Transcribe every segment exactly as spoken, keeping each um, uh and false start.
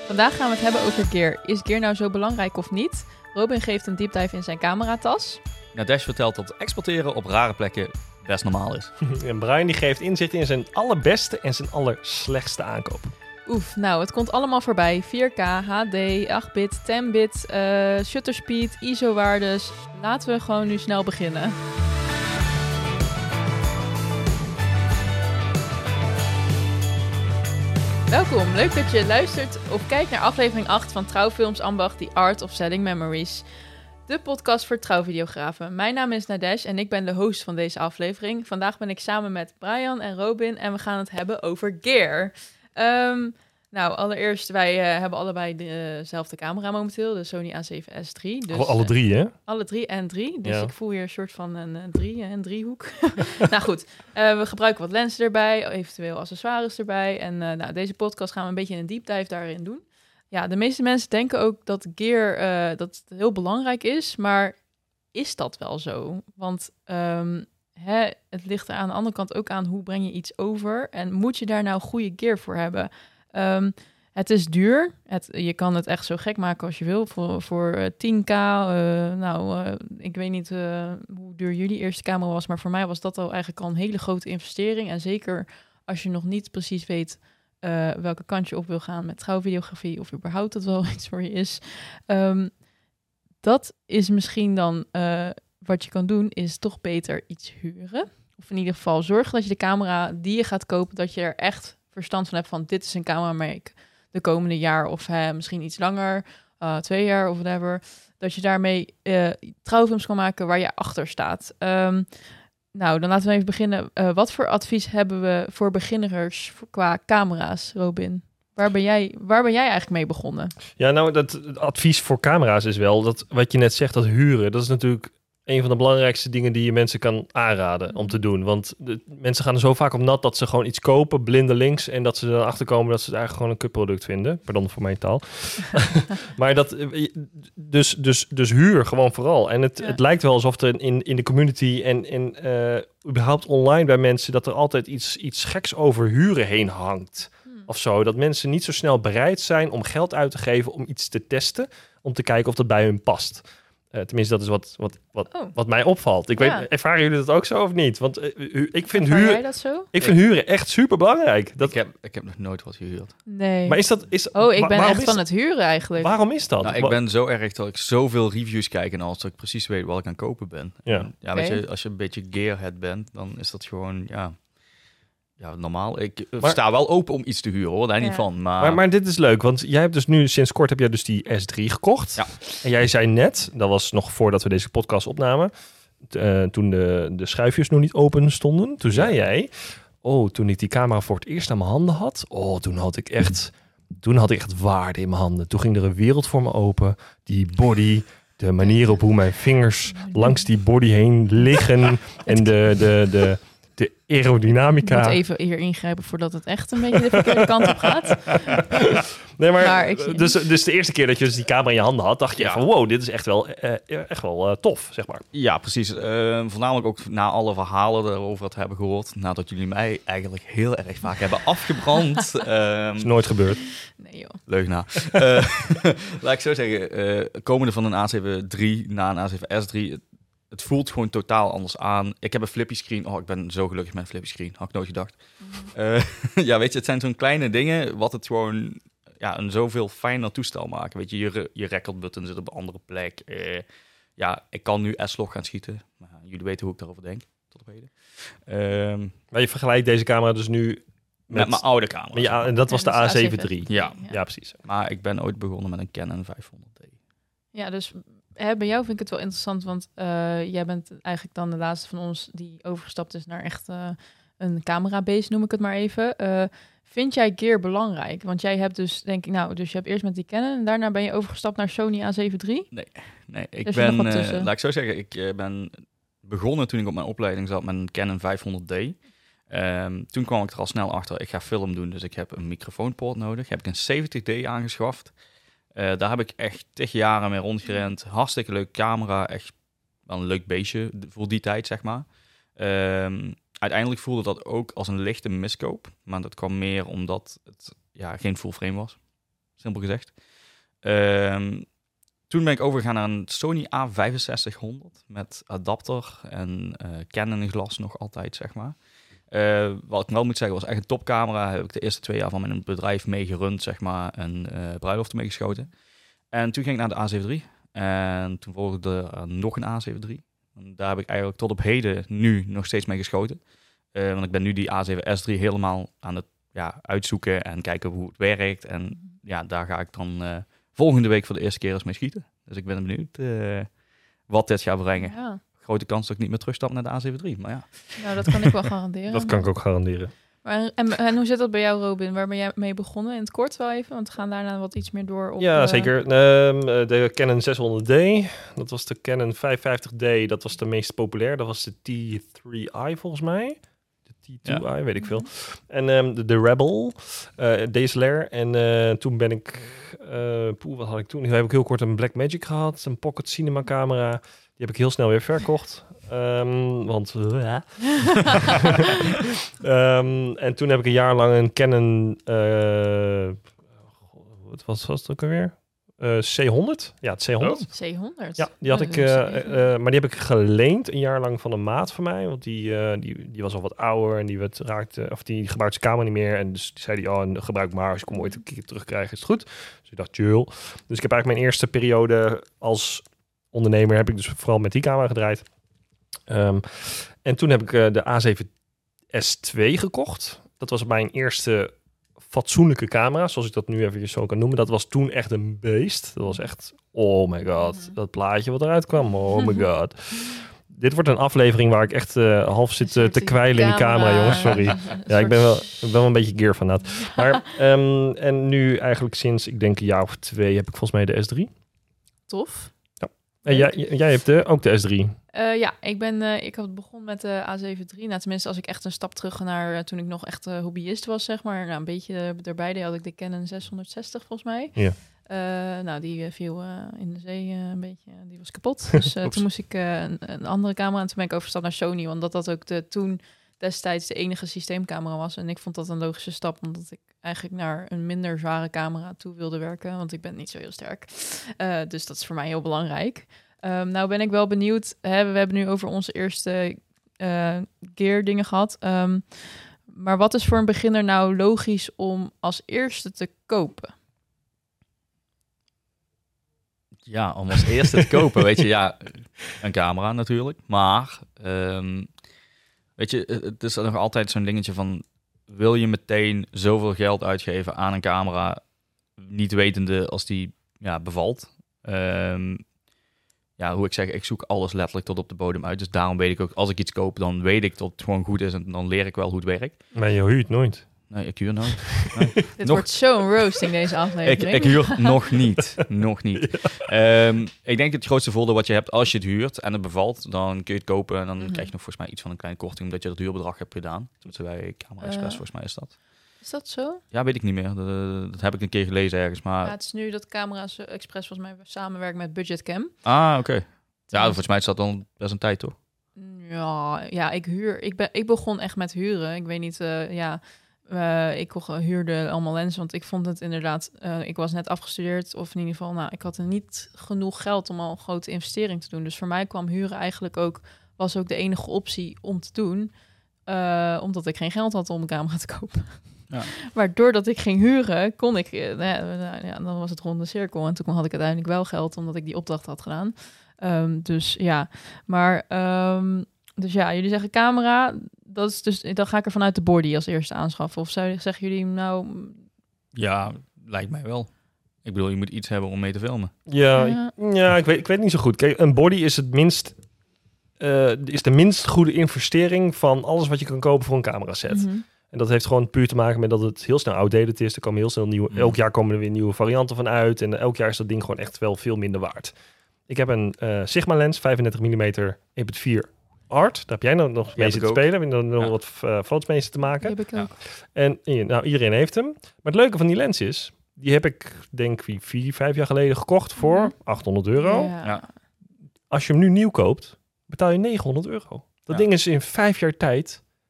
Vandaag gaan we het hebben over gear. Is gear nou zo belangrijk of niet? Robin geeft een deep dive in zijn cameratas. Nadesh vertelt dat exporteren op rare plekken best normaal is. En Brian die geeft inzicht in zijn allerbeste en zijn allerslechtste aankoop. Oef, nou, het komt allemaal voorbij. vier K, H D, acht bit, tien bit, uh, shutter speed, I S O-waardes. Laten we gewoon nu snel beginnen. Welkom, leuk dat je luistert of kijkt naar aflevering acht van Trouwfilms Ambacht, The Art of Selling Memories. De podcast voor trouwvideografen. Mijn naam is Nadesh en ik ben de host van deze aflevering. Vandaag ben ik samen met Brian en Robin en we gaan het hebben over gear. Um, nou, allereerst, wij uh, hebben allebei dezelfde camera momenteel, de Sony A zeven S drie. Dus, alle, alle drie, hè? Uh, alle drie en drie, dus ja. ik voel hier een soort van een, een drie, een driehoek. Nou goed, uh, we gebruiken wat lenzen erbij, eventueel accessoires erbij. En uh, nou, deze podcast gaan we een beetje een deep dive daarin doen. Ja, de meeste mensen denken ook dat gear uh, dat het heel belangrijk is, maar is dat wel zo? Want um, hè, het ligt er aan de andere kant ook aan hoe breng je iets over en moet je daar nou goede gear voor hebben? Um, het is duur. Het, je kan het echt zo gek maken als je wil. Voor, voor uh, tien k, uh, nou, uh, ik weet niet uh, hoe duur jullie eerste camera was, maar voor mij was dat al eigenlijk al een hele grote investering. En zeker als je nog niet precies weet uh, welke kant je op wil gaan met trouwvideografie of überhaupt dat wel iets voor je is. Um, dat is misschien dan uh, wat je kan doen, is toch beter iets huren. Of in ieder geval zorgen dat je de camera die je gaat kopen, dat je er echt verstand van hebt van dit is een camera waarmee ik de komende jaar of hè, misschien iets langer, uh, twee jaar of whatever, dat je daarmee uh, trouwfilms kan maken waar je achter staat. Um, nou, dan laten we even beginnen. Uh, wat voor advies hebben we voor beginners qua camera's, Robin? Waar ben jij, waar ben jij eigenlijk mee begonnen? Ja, nou, dat het advies voor camera's is wel dat wat je net zegt, dat huren, dat is natuurlijk een van de belangrijkste dingen die je mensen kan aanraden om te doen. Want de, mensen gaan er zo vaak op nat dat ze gewoon iets kopen, blindelings, en dat ze er achter komen dat ze het eigenlijk gewoon een kutproduct vinden. Pardon voor mijn taal. Maar dat, dus, dus, dus huur gewoon vooral. En het, ja. het lijkt wel alsof er in, in de community en, en uh, überhaupt online bij mensen, dat er altijd iets, iets geks over huren heen hangt. Hmm. Of zo. Dat mensen niet zo snel bereid zijn om geld uit te geven om iets te testen, om te kijken of dat bij hun past. Uh, tenminste, dat is wat, wat, wat, oh. wat mij opvalt. Ik ja. weet, ervaren jullie dat ook zo of niet? Want uh, uh, ik vind Ervaar huren. jij dat zo? Ik vind huren echt super belangrijk. Dat... Ik, heb, ik heb nog nooit wat gehuurd. Nee. Maar is dat? Is, oh, ik ben wa- echt is, van het huren eigenlijk. Waarom is dat? Nou, ik ben zo erg dat ik zoveel reviews kijk en als dat ik precies weet wat ik aan kopen ben. Ja. En, ja, okay. weet je, als je een beetje gearhead bent, dan is dat gewoon ja. Ja, normaal. Ik maar, sta wel open om iets te huren, hoor. Daar ja. niet van. Maar... Maar, maar dit is leuk, want jij hebt dus nu sinds kort heb jij dus die S drie gekocht. Ja. En jij zei net, dat was nog voordat we deze podcast opnamen, t- uh, toen de, de schuifjes nog niet open stonden. Toen zei jij, oh, toen ik die camera voor het eerst aan mijn handen had, oh, toen had ik echt, toen had ik echt waarde in mijn handen. Toen ging er een wereld voor me open. Die body, de manier op hoe mijn vingers langs die body heen liggen en de, de, de de aerodynamica. Ik moet even hier ingrijpen voordat het echt een beetje de verkeerde kant op gaat. Nee, maar, maar ik dus, dus de eerste keer dat je dus die camera in je handen had, dacht je ja. van wow, dit is echt wel, uh, echt wel uh, tof, zeg maar. Ja, precies. Uh, voornamelijk ook na alle verhalen erover het hebben gehoord, nadat jullie mij eigenlijk heel erg vaak hebben afgebrand. um, is nooit gebeurd. Nee joh. Leugnaar. uh, laat ik zo zeggen, uh, komende van een A zeven drie naar een A zeven S drie, het voelt gewoon totaal anders aan. Ik heb een flippy screen. Oh, ik ben zo gelukkig met een flippy screen. Had ik nooit gedacht. Mm. Uh, ja, weet je, het zijn zo'n kleine dingen wat het gewoon ja, een zoveel fijner toestel maken. Weet je, je, je record button zit op een andere plek. Uh, ja, ik kan nu S-log gaan schieten. Maar jullie weten hoe ik daarover denk. Tot op heden. Um, maar je vergelijkt deze camera dus nu met, met mijn oude camera. Ja, en dat was ja, de A zeven drie. Ja. Ja. ja, precies. Maar ik ben ooit begonnen met een Canon vijfhonderd D. Ja, dus hè, bij jou vind ik het wel interessant, want uh, jij bent eigenlijk dan de laatste van ons die overgestapt is naar echt uh, een camera-base, noem ik het maar even. Uh, vind jij gear belangrijk? Want jij hebt dus, denk ik, nou, dus je hebt eerst met die Canon en daarna ben je overgestapt naar Sony A zeven drie? Nee, nee, ik dus ben, uh, laat ik zo zeggen, ik uh, ben begonnen toen ik op mijn opleiding zat met een Canon vijfhonderd D. Um, toen kwam ik er al snel achter, ik ga film doen, dus ik heb een microfoonpoort nodig. Heb ik een zeventig D aangeschaft. Uh, daar heb ik echt tig jaren mee rondgerend. Hartstikke leuke camera. Echt wel een leuk beestje voor die tijd, zeg maar. Um, uiteindelijk voelde dat ook als een lichte miskoop. Maar dat kwam meer omdat het ja, geen full frame was. simpel gezegd. Um, toen ben ik overgegaan naar een Sony A vijfenzestighonderd met adapter en uh, Canon glas nog altijd, zeg maar. Uh, wat ik wel moet zeggen, was echt een topcamera. Heb ik de eerste twee jaar van mijn bedrijf mee gerund, zeg maar, en uh, bruiloften mee geschoten. En toen ging ik naar de A zeven drie. En toen volgde er nog een A zeven drie. En daar heb ik eigenlijk tot op heden nu nog steeds mee geschoten. Uh, want ik ben nu die A zeven S drie helemaal aan het ja, uitzoeken en kijken hoe het werkt. En ja, daar ga ik dan uh, volgende week voor de eerste keer eens mee schieten. Dus ik ben benieuwd uh, wat dit gaat brengen. Ja. Grote kans dat ik niet meer terugstap naar de A zeven drie, maar ja. Nou, dat kan ik wel garanderen. Dat kan ik ook garanderen. Maar, en, en hoe zit dat bij jou, Robin? Waar ben jij mee begonnen? In het kort wel even, want we gaan daarna wat iets meer door op... Ja, uh... zeker. Um, de Canon zeshonderd D, dat was de Canon vijfhonderdvijftig D, dat was de meest populair. Dat was de T drie i volgens mij. De T twee i, ja. weet ik veel. En um, de, de Rebel, uh, D S L R. En uh, toen ben ik... Uh, poeh, wat had ik toen? Nu heb ik heel kort een Blackmagic gehad, een Pocket Cinema camera. Die heb ik heel snel weer verkocht. Um, want... Uh, um, en toen heb ik een jaar lang een Canon... Uh, wat was, was het ook alweer? Uh, C honderd? Ja, het C honderd. Oh. C honderd? Ja, die had oh, ik... Uh, uh, maar die heb ik geleend een jaar lang van een maat van mij. Want die, uh, die, die was al wat ouder en die, werd, raakte, of die gebruikte zijn camera niet meer. En dus die zei die, oh, gebruik maar. Als ik hem ooit een keer terugkrijg, is het goed. Dus ik dacht, chill. Dus ik heb eigenlijk mijn eerste periode als ondernemer heb ik dus vooral met die camera gedraaid. Um, en toen heb ik uh, de A zeven S twee gekocht. Dat was mijn eerste fatsoenlijke camera, zoals ik dat nu even zo kan noemen. Dat was toen echt een beest. Dat was echt, oh my god, dat plaatje wat eruit kwam. Oh my god. Dit wordt een aflevering waar ik echt uh, half zit uh, te kwijlen in die camera, jongens. Sorry. Ja, ik ben wel, ik ben wel een beetje gear van dat. Maar, um, en nu eigenlijk sinds, ik denk een jaar of twee, heb ik volgens mij de S drie. Tof. En jij, jij hebt de, ook de S drie. Uh, ja, ik ben uh, ik had begonnen met de A zeven drie. Nou, tenminste, als ik echt een stap terug naar uh, toen ik nog echt uh, hobbyist was, zeg maar. Nou, een beetje uh, erbij deed, had ik de Canon zeshonderdzestig volgens mij. Ja. Uh, nou, die uh, viel uh, in de zee uh, een beetje. Die was kapot. Dus uh, toen moest ik uh, een, een andere camera. En toen ben ik overgestapt naar Sony, want dat dat ook de toen destijds de enige systeemcamera was. En ik vond dat een logische stap, omdat ik eigenlijk naar een minder zware camera toe wilde werken, want ik ben niet zo heel sterk. Uh, dus dat is voor mij heel belangrijk. Um, nou ben ik wel benieuwd. Hè, we hebben nu over onze eerste uh, gear dingen gehad. Um, maar wat is voor een beginner nou logisch om als eerste te kopen? Ja, om als eerste te kopen, weet je, ja, een camera natuurlijk. Maar, um, weet je, het is nog altijd zo'n dingetje van, wil je meteen zoveel geld uitgeven aan een camera, niet wetende als die ja, bevalt? Um, ja, hoe ik zeg, ik zoek alles letterlijk tot op de bodem uit. Dus daarom weet ik ook, als ik iets koop, dan weet ik dat het gewoon goed is en dan leer ik wel hoe het werkt. Maar je huurt nooit. Nee, ik huur nooit. Nee. Dit nog... wordt zo'n roasting, deze aflevering. Ik, ik huur nog niet. nog niet. Ja. Um, ik denk het grootste voordeel wat je hebt als je het huurt en het bevalt, dan kun je het kopen en dan mm-hmm. krijg je nog volgens mij iets van een kleine korting omdat je het huurbedrag hebt gedaan. Tenminste bij Camera Express, uh, volgens mij is dat. Is dat zo? Ja, weet ik niet meer. Dat, dat heb ik een keer gelezen ergens. Maar... Ja, het is nu dat Camera Express volgens mij samenwerkt met Budgetcam. Ah, oké. Okay. Ja, volgens mij is dat dan best een tijd, toch? Ja, ja ik huur. Ik, ben, ik begon echt met huren. Ik weet niet, uh, ja... Uh, ik huurde allemaal lenzen, want ik vond het inderdaad... Uh, ik was net afgestudeerd, of in ieder geval... Nou, ik had er niet genoeg geld om al een grote investering te doen. Dus voor mij kwam huren eigenlijk ook... was ook de enige optie om te doen. Uh, omdat ik geen geld had om een camera te kopen. Ja. Maar doordat ik ging huren, kon ik... Uh, nou, ja, dan was het rond de cirkel. En toen had ik uiteindelijk wel geld, omdat ik die opdracht had gedaan. Um, dus ja, maar... Um, dus ja, jullie zeggen camera... Dat is dus, dan ga ik er vanuit de body als eerste aanschaffen. Of zeggen jullie nou... Ja, lijkt mij wel. Ik bedoel, je moet iets hebben om mee te filmen. Ja, ja. ja ik, weet, ik weet niet zo goed. Kijk, een body is het minst... Uh, is de minst goede investering van alles wat je kan kopen voor een cameraset. Mm-hmm. En dat heeft gewoon puur te maken met dat het heel snel outdated is. Er komen heel snel nieuwe... Mm. Elk jaar komen er weer nieuwe varianten van uit. En elk jaar is dat ding gewoon echt wel veel minder waard. Ik heb een uh, Sigma lens, vijfendertig millimeter, één komma vier Art. Daar heb jij nog, nog mee zitten spelen. Heb je nog, nog ja. wat uh, foto's mee zitten maken. Die heb ik ook. En nou, iedereen heeft hem. Maar het leuke van die lens is... Die heb ik, denk ik, vier, vijf jaar geleden gekocht voor mm-hmm. achthonderd euro. Ja. Ja. Als je hem nu nieuw koopt, betaal je negenhonderd euro. Dat ja. ding is in vijf jaar tijd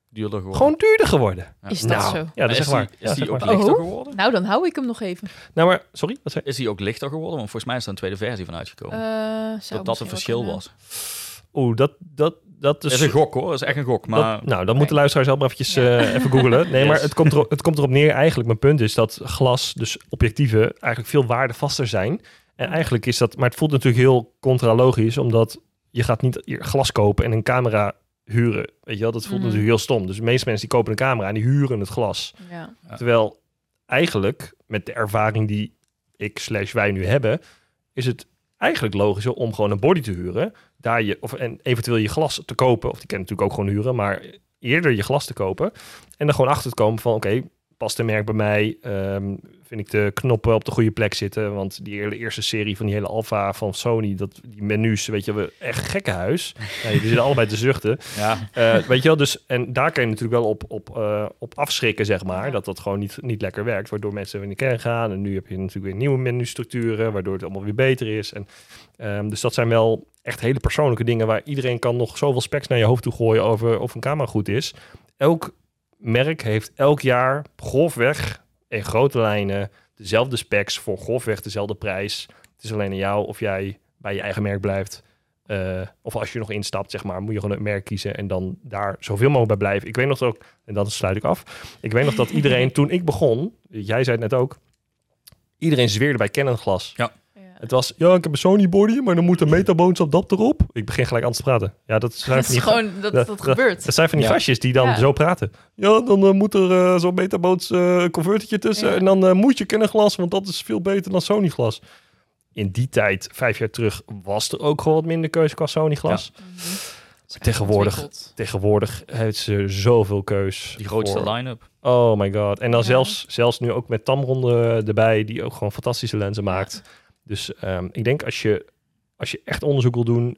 duurder geworden? Gewoon duurder geworden. Ja. Is dat Nou, zo? Ja, dat is is echt waar. Die, Ja, is die zeg ook maar. lichter Oh. geworden? Nou, dan hou ik hem nog even. Nou, maar, sorry, wat zei Is die ook lichter geworden? Want volgens mij is er een tweede versie van uitgekomen. Uh, zou dat dat een misschien verschil wel kunnen. was. Oeh, dat, dat, dat Dat is... is een gok hoor, dat is echt een gok. Maar Dat, nou, dan moeten luisteraars zelf maar eventjes Ja. eh, even googlen. Nee, Yes. maar het komt, erop, het komt erop neer eigenlijk. Mijn punt is dat glas, dus objectieven, eigenlijk veel waardevaster zijn. En eigenlijk is dat... Maar het voelt natuurlijk heel contralogisch, omdat je gaat niet hier glas kopen en een camera huren. Weet je wel, dat voelt Mhm. natuurlijk heel stom. Dus de meeste mensen die kopen een camera en die huren het glas. Ja. Ja. Terwijl eigenlijk, met de ervaring die ik slash wij nu hebben, is het eigenlijk logischer om gewoon een body te huren. Daar je, of, en eventueel je glas te kopen. Of die kan je natuurlijk ook gewoon huren, maar eerder je glas te kopen. En dan gewoon achter te komen van, oké, okay, past de merk bij mij? Um, vind ik de knoppen op de goede plek zitten? Want die hele eerste serie van die hele Alpha van Sony, dat, die menus, weet je, we echt gekkenhuis. Ja, die zitten allebei te zuchten. ja, Uh, weet je wel, dus en daar kan je natuurlijk wel op, op, uh, op afschrikken, zeg maar. Ja. Dat dat gewoon niet, niet lekker werkt, waardoor mensen weer in de kern gaan. En nu heb je natuurlijk weer nieuwe menustructuren, waardoor het allemaal weer beter is. En, um, dus dat zijn wel echt hele persoonlijke dingen waar iedereen kan nog zoveel specs naar je hoofd toe gooien over of een camera goed is. Elk merk heeft elk jaar grofweg in grote lijnen dezelfde specs voor grofweg dezelfde prijs. Het is alleen aan jou of jij bij je eigen merk blijft. Uh, of als je nog instapt, zeg maar, moet je gewoon een merk kiezen en dan daar zoveel mogelijk bij blijven. Ik weet nog dat ook, en dan sluit ik af. Ik weet nog dat iedereen, toen ik begon, jij zei het net ook, iedereen zweerde bij Canon glas. Ja. Ja. Het was, ja, ik heb een Sony body, maar dan moet een Metabones adapter op. Ik begin gelijk aan te praten. Ja, dat zijn Dat van is die gewoon, dat, dat- dat, dat- gebeurt. Dat zijn van die Ja. gastjes die dan Ja. zo praten. Ja, dan uh, moet er uh, zo'n Metabones uh, convertertje tussen. Ja. En dan uh, moet je Canon glas, want dat is veel beter dan Sony glas. In die tijd, vijf jaar terug, was er ook gewoon wat minder keuze qua Sony glas. Mhm. Dat is echt Tegenwoordig. ontwikkeld. Tegenwoordig heeft ze zoveel keus. die grootste voor- line-up. Oh my god. En dan Ja. zelfs, zelfs nu ook met Tamron uh, erbij, die ook gewoon fantastische lenzen maakt. Dus um, ik denk als je, als je echt onderzoek wil doen,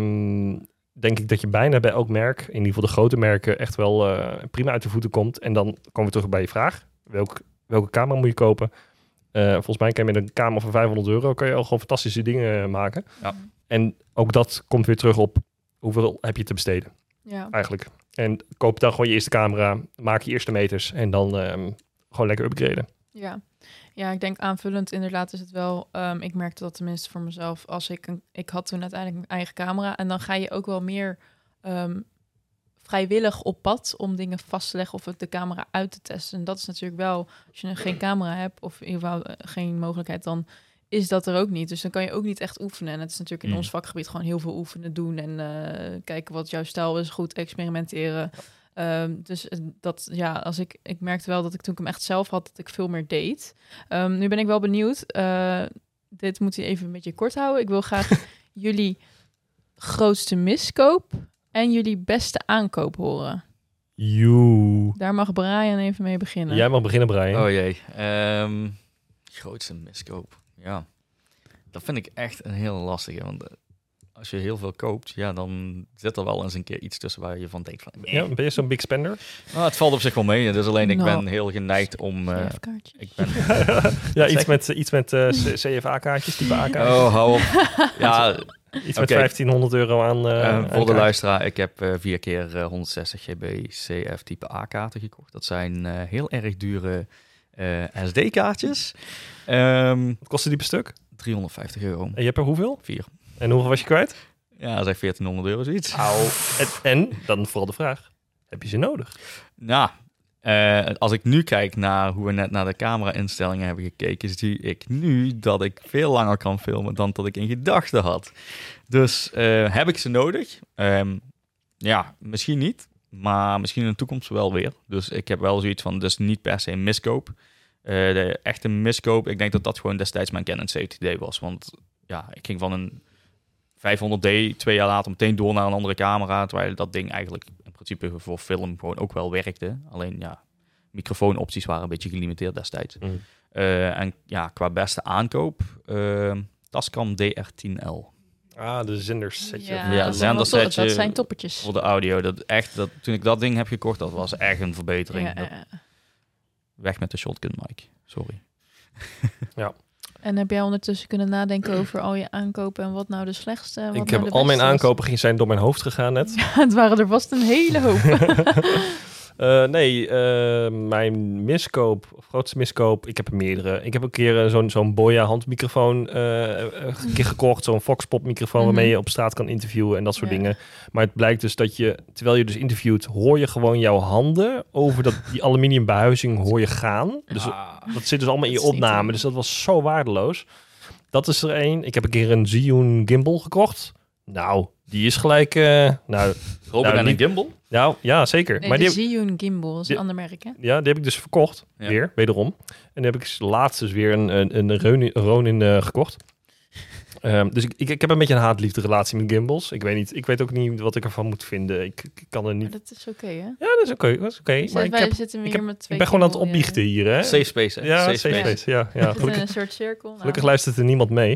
um, denk ik dat je bijna bij elk merk, in ieder geval de grote merken, echt wel uh, prima uit de voeten komt. En dan komen we terug bij je vraag. Welk, welke camera moet je kopen? Uh, volgens mij kan je met een camera van vijfhonderd euro kan je al gewoon fantastische dingen maken. Ja. En ook dat komt weer terug op hoeveel heb je te besteden Ja. eigenlijk. En koop dan gewoon je eerste camera, maak je eerste meters en dan um, gewoon lekker upgraden. Ja. Ja, ik denk aanvullend inderdaad is het wel... Um, ik merkte dat tenminste voor mezelf. Als ik een, ik had toen uiteindelijk een eigen camera. En dan ga je ook wel meer um, vrijwillig op pad om dingen vast te leggen of het de camera uit te testen. En dat is natuurlijk wel, als je geen camera hebt of in ieder geval uh, geen mogelijkheid, dan is dat er ook niet. Dus dan kan je ook niet echt oefenen. En het is natuurlijk in Mm. ons vakgebied gewoon heel veel oefenen doen en uh, kijken wat jouw stijl is, goed experimenteren. Um, dus dat, ja, als ik, ik merkte wel dat ik toen ik hem echt zelf had, dat ik veel meer deed. Um, nu ben ik wel benieuwd. Uh, dit moet je even een beetje kort houden. Ik wil graag jullie grootste miskoop en jullie beste aankoop horen. Joe. Daar mag Brian even mee beginnen. Jij mag beginnen, Brian. Oh jee. Um, grootste miskoop. Ja. Dat vind ik echt een heel lastige. Want uh, als je heel veel koopt, ja, dan zit er wel eens een keer iets tussen waar je van denkt van... Nee. Ja, ben je zo'n big spender? Nou, het valt op zich wel mee. Dus alleen ik Nou. ben heel geneigd om... Uh, kaartje. ik ben... Ja, iets met, iets met uh, C F A-kaartjes, type A-kaartjes. Oh, hou op. Ja, Iets met oké. vijftienhonderd euro aan... Uh, Uh, aan voor de kaart. luisteraar, ik heb uh, vier keer uh, honderdzestig gigabyte C F type A-kaarten gekocht. Dat zijn uh, heel erg dure uh, S D-kaartjes. Um, Wat kostte die per stuk? driehonderdvijftig euro. En je hebt er hoeveel? Vier. En hoeveel was je kwijt? Ja, dat is echt veertienhonderd euro zoiets. Au. En, en dan vooral de vraag, heb je ze nodig? Nou, uh, als ik nu kijk naar hoe we net naar de camera-instellingen hebben gekeken, zie ik nu dat ik veel langer kan filmen dan dat ik in gedachten had. Dus uh, heb ik ze nodig? Um, ja, misschien niet, maar misschien in de toekomst wel weer. Dus ik heb wel zoiets van, dus niet per se een miskoop. Uh, de echte miskoop, ik denk dat dat gewoon destijds mijn Canon zeventig D was. Want ja, ik ging van een vijfhonderd D twee jaar later meteen door naar een andere camera, terwijl dat ding eigenlijk in principe voor film gewoon ook wel werkte. Alleen ja, microfoonopties waren een beetje gelimiteerd destijds. Mm. Uh, en ja, qua beste aankoop, uh, Tascam D R tien L. Ah, de zendersetje. Ja, Ja, dat, zijn wel to- zendersetje. dat zijn toppertjes. Voor de audio, dat echt, dat, toen ik dat ding heb gekocht, dat was echt een verbetering. Ja, Dat- ja. weg met de shotgun mic, sorry. En heb jij ondertussen kunnen nadenken over al je aankopen en wat nou de slechtste en wat Ik nou heb de al mijn beste was? aankopen zijn door mijn hoofd gegaan net. Ja, het waren er vast een hele hoop. Uh, nee, uh, mijn miskoop, of grootste miskoop, ik heb er meerdere. Ik heb een keer uh, zo'n, zo'n Boya handmicrofoon uh, een keer gekocht. Zo'n Foxpop microfoon mm-hmm. waarmee je op straat kan interviewen en dat soort ja. dingen. Maar het blijkt dus dat je, terwijl je dus interviewt, hoor je gewoon jouw handen over dat, die aluminium behuizing hoor je gaan. Dus ah, dat zit dus allemaal in je opname. Dus dat was zo waardeloos. Dat is er één. Ik heb een keer een Zhiyun gimbal gekocht. Nou, die is gelijk... Uh, nou, Robert nou, en een gimbal? Nou, ja, zeker. Nee, maar de die Zhiyun gimbal is een ander merk, hè? Ja, die heb ik dus verkocht. Ja. Weer, wederom. En dan heb ik laatst dus weer een, een, een Ronin, Ronin uh, gekocht. Um, dus ik, ik, ik heb een beetje een haat-liefde relatie met gimbals. Ik weet niet, ik weet ook niet wat ik ervan moet vinden. Ik, ik kan er niet... Maar dat is oké, okay, hè? Ja, dat is oké. Okay, dat is oké. Okay. Maar ik, heb, zitten ik, heb, met twee ik ben gewoon aan het opbiechten hier, hè? Safe space, hè? Ja, safe safe space. space. Ja, ja. Gelukkig, in een soort cirkel. Nou. Gelukkig luistert er niemand mee.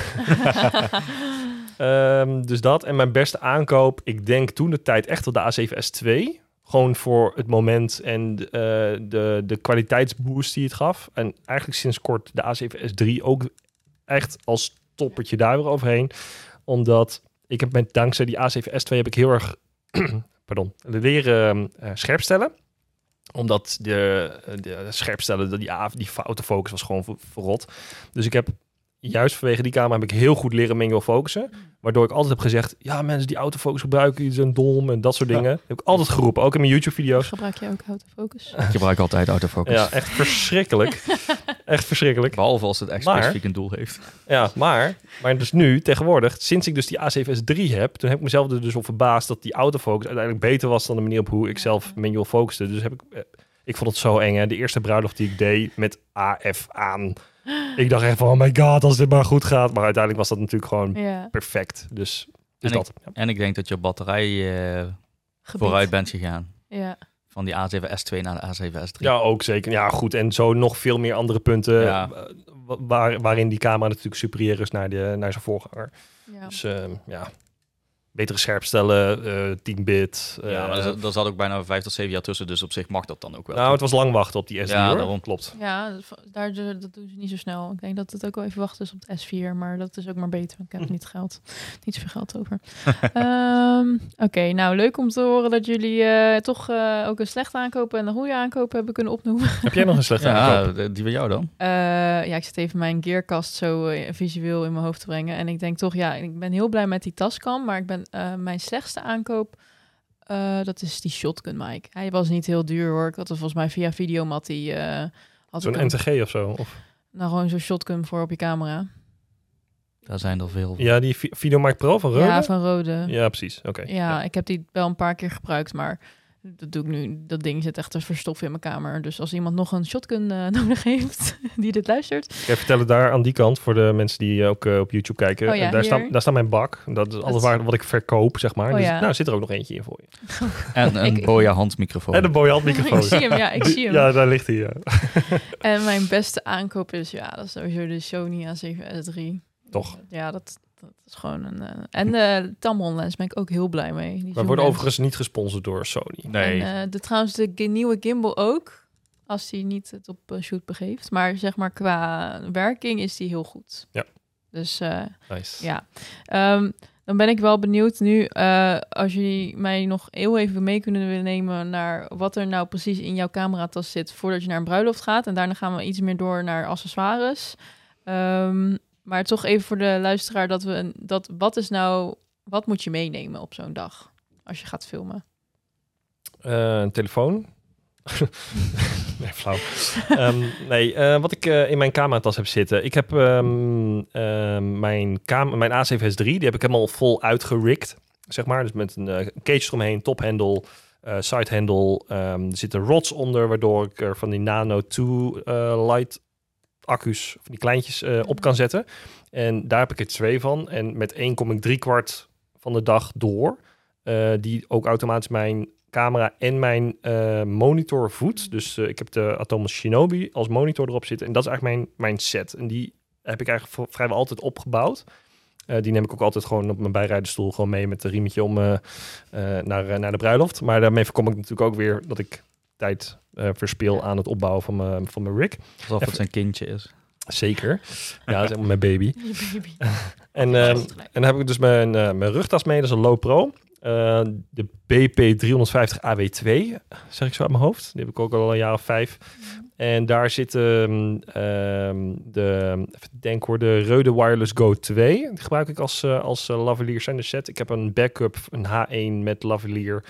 um, dus dat. En mijn beste aankoop, ik denk toen de tijd echt wel de A zeven S twee. Gewoon voor het moment en uh, de, de kwaliteitsboost die het gaf. En eigenlijk sinds kort de A zeven S drie ook echt als toppertje daar weer overheen. Omdat ik heb met dankzij die A zeven S twee heb ik heel erg pardon, leren uh, scherpstellen. Omdat de, de scherpstellen, die, die autofocus was gewoon ver, verrot. Dus ik heb juist vanwege die camera heb ik heel goed leren manual focussen. Waardoor ik altijd heb gezegd, ja mensen die autofocus gebruiken, die zijn dom en dat soort dingen. Ja. Dat heb ik altijd geroepen, ook in mijn YouTube-video's. Gebruik je ook autofocus? Ik gebruik altijd autofocus. Ja, echt verschrikkelijk. Echt verschrikkelijk. Behalve als het echt maar, specifiek een doel heeft. Ja, maar, maar dus nu, tegenwoordig, sinds ik dus die A zeven S drie heb, toen heb ik mezelf er dus op verbaasd dat die autofocus uiteindelijk beter was dan de manier op hoe ik zelf manual focuste. Dus heb ik, ik vond het zo eng, hè. De eerste bruiloft die ik deed met A F aan. Ik dacht echt van, oh my god, als dit maar goed gaat. Maar uiteindelijk was dat natuurlijk gewoon ja. perfect. Dus, dus en dat. Ik, ja. En ik denk dat je batterij uh, vooruit bent gegaan. Ja. Van die A zeven S twee naar de A zeven S drie. Ja, ook zeker. Ja, goed. En zo nog veel meer andere punten ja. waar, waarin die camera natuurlijk superieur is naar, de, naar zijn voorganger. Ja. Dus uh, ja, betere scherpstellen, uh, tien bit. Uh, ja, maar daar zat ook bijna vijf tot zeven jaar tussen, dus op zich mag dat dan ook wel. Nou, het was lang wachten op die S drie, ja, hoor. Daarom. Klopt. Ja, daar, dat doen ze niet zo snel. Ik denk dat het ook wel even wachten is op de S vier, maar dat is ook maar beter, want ik heb niet geld. Niet zoveel geld over. um, Oké, okay, nou, leuk om te horen dat jullie uh, toch uh, ook een slechte aankoop en een goede aankoop hebben kunnen opnoemen. Heb jij nog een slechte ja, aankoop? Die van jou dan? Uh, ja, ik zit even mijn gearkast zo uh, visueel in mijn hoofd te brengen. En ik denk toch, ja, ik ben heel blij met die Tascam, maar ik ben uh, mijn slechtste aankoop, uh, dat is die shotgun mic. Hij was niet heel duur, hoor. Ik had er volgens mij via Videomat die uh, had zo'n een, N T G of zo? Of? Nou, gewoon zo'n shotgun voor op je camera. Daar zijn er veel. Ja, die Videomic Pro van Rode? Ja, van Rode. Ja, precies. Oké. Okay. Ja, ja, ik heb die wel een paar keer gebruikt, maar dat doe ik nu. Dat ding zit echt te verstoffen in mijn kamer. Dus als iemand nog een shotgun uh, nodig heeft, die dit luistert. Ik ga vertellen daar aan die kant, voor de mensen die ook uh, op YouTube kijken. Oh ja, daar, staat, daar staat mijn bak. Dat is alles waar, wat ik verkoop, zeg maar. Oh dus, ja. nou, zit er ook nog eentje in voor je. En een ik, Boya handmicrofoon. En een Boya handmicrofoon. Ik zie hem, ja, ik zie hem. Ja, daar ligt hij, ja. En mijn beste aankoop is, ja, dat is sowieso de Sony A zeven S drie. Toch? Ja, dat... Dat is gewoon een... Uh, en de Tamron lens ben ik ook heel blij mee. Die maar wordt overigens niet gesponsord door Sony. Nee. En uh, de, trouwens de g- nieuwe gimbal ook. Als die niet het op uh, shoot begeeft. Maar zeg maar qua werking is die heel goed. Ja. Dus uh, nice. Ja. Um, dan ben ik wel benieuwd nu... Uh, als jullie mij nog heel even mee kunnen nemen... naar wat er nou precies in jouw cameratas zit... voordat je naar een bruiloft gaat. En daarna gaan we iets meer door naar accessoires. Um, Maar toch even voor de luisteraar dat we een, dat wat is nou wat moet je meenemen op zo'n dag als je gaat filmen? Uh, een telefoon. nee, flauw. um, nee, uh, wat ik uh, in mijn cameratas heb zitten. Ik heb um, uh, mijn, cam- mijn A zeven S drie, die heb ik helemaal vol uitgerikt, zeg maar. Dus met een uh, cage eromheen, tophandle, uh, sidehandle. Um, er zitten rods onder, waardoor ik er van die Nano twee uh, light accu's, van die kleintjes, uh, op kan zetten. En daar heb ik er twee van. En met één kom ik drie kwart van de dag door. Uh, die ook automatisch mijn camera en mijn uh, monitor voedt. Dus uh, ik heb de Atomos Shinobi als monitor erop zitten. En dat is eigenlijk mijn, mijn set. En die heb ik eigenlijk v- vrijwel altijd opgebouwd. Uh, die neem ik ook altijd gewoon op mijn bijrijdenstoel gewoon mee met een riemetje om uh, uh, naar, uh, naar de bruiloft. Maar daarmee voorkom ik natuurlijk ook weer dat ik tijd uh, verspil aan het opbouwen van mijn, van mijn rig. Alsof het zijn kindje is. Zeker. Ja, dat is helemaal mijn baby. Je baby. en, uh, en dan heb ik dus mijn, uh, mijn rugtas mee, dat is een Low Pro. Uh, de B P driehonderdvijftig A W twee, zeg ik zo uit mijn hoofd. Die heb ik ook al een jaar of vijf. Mm. En daar zitten um, de, even denken hoor, de Rode Wireless Go twee. Die gebruik ik als, uh, als uh, lavalier zender set. Ik heb een backup, een H één met lavalier.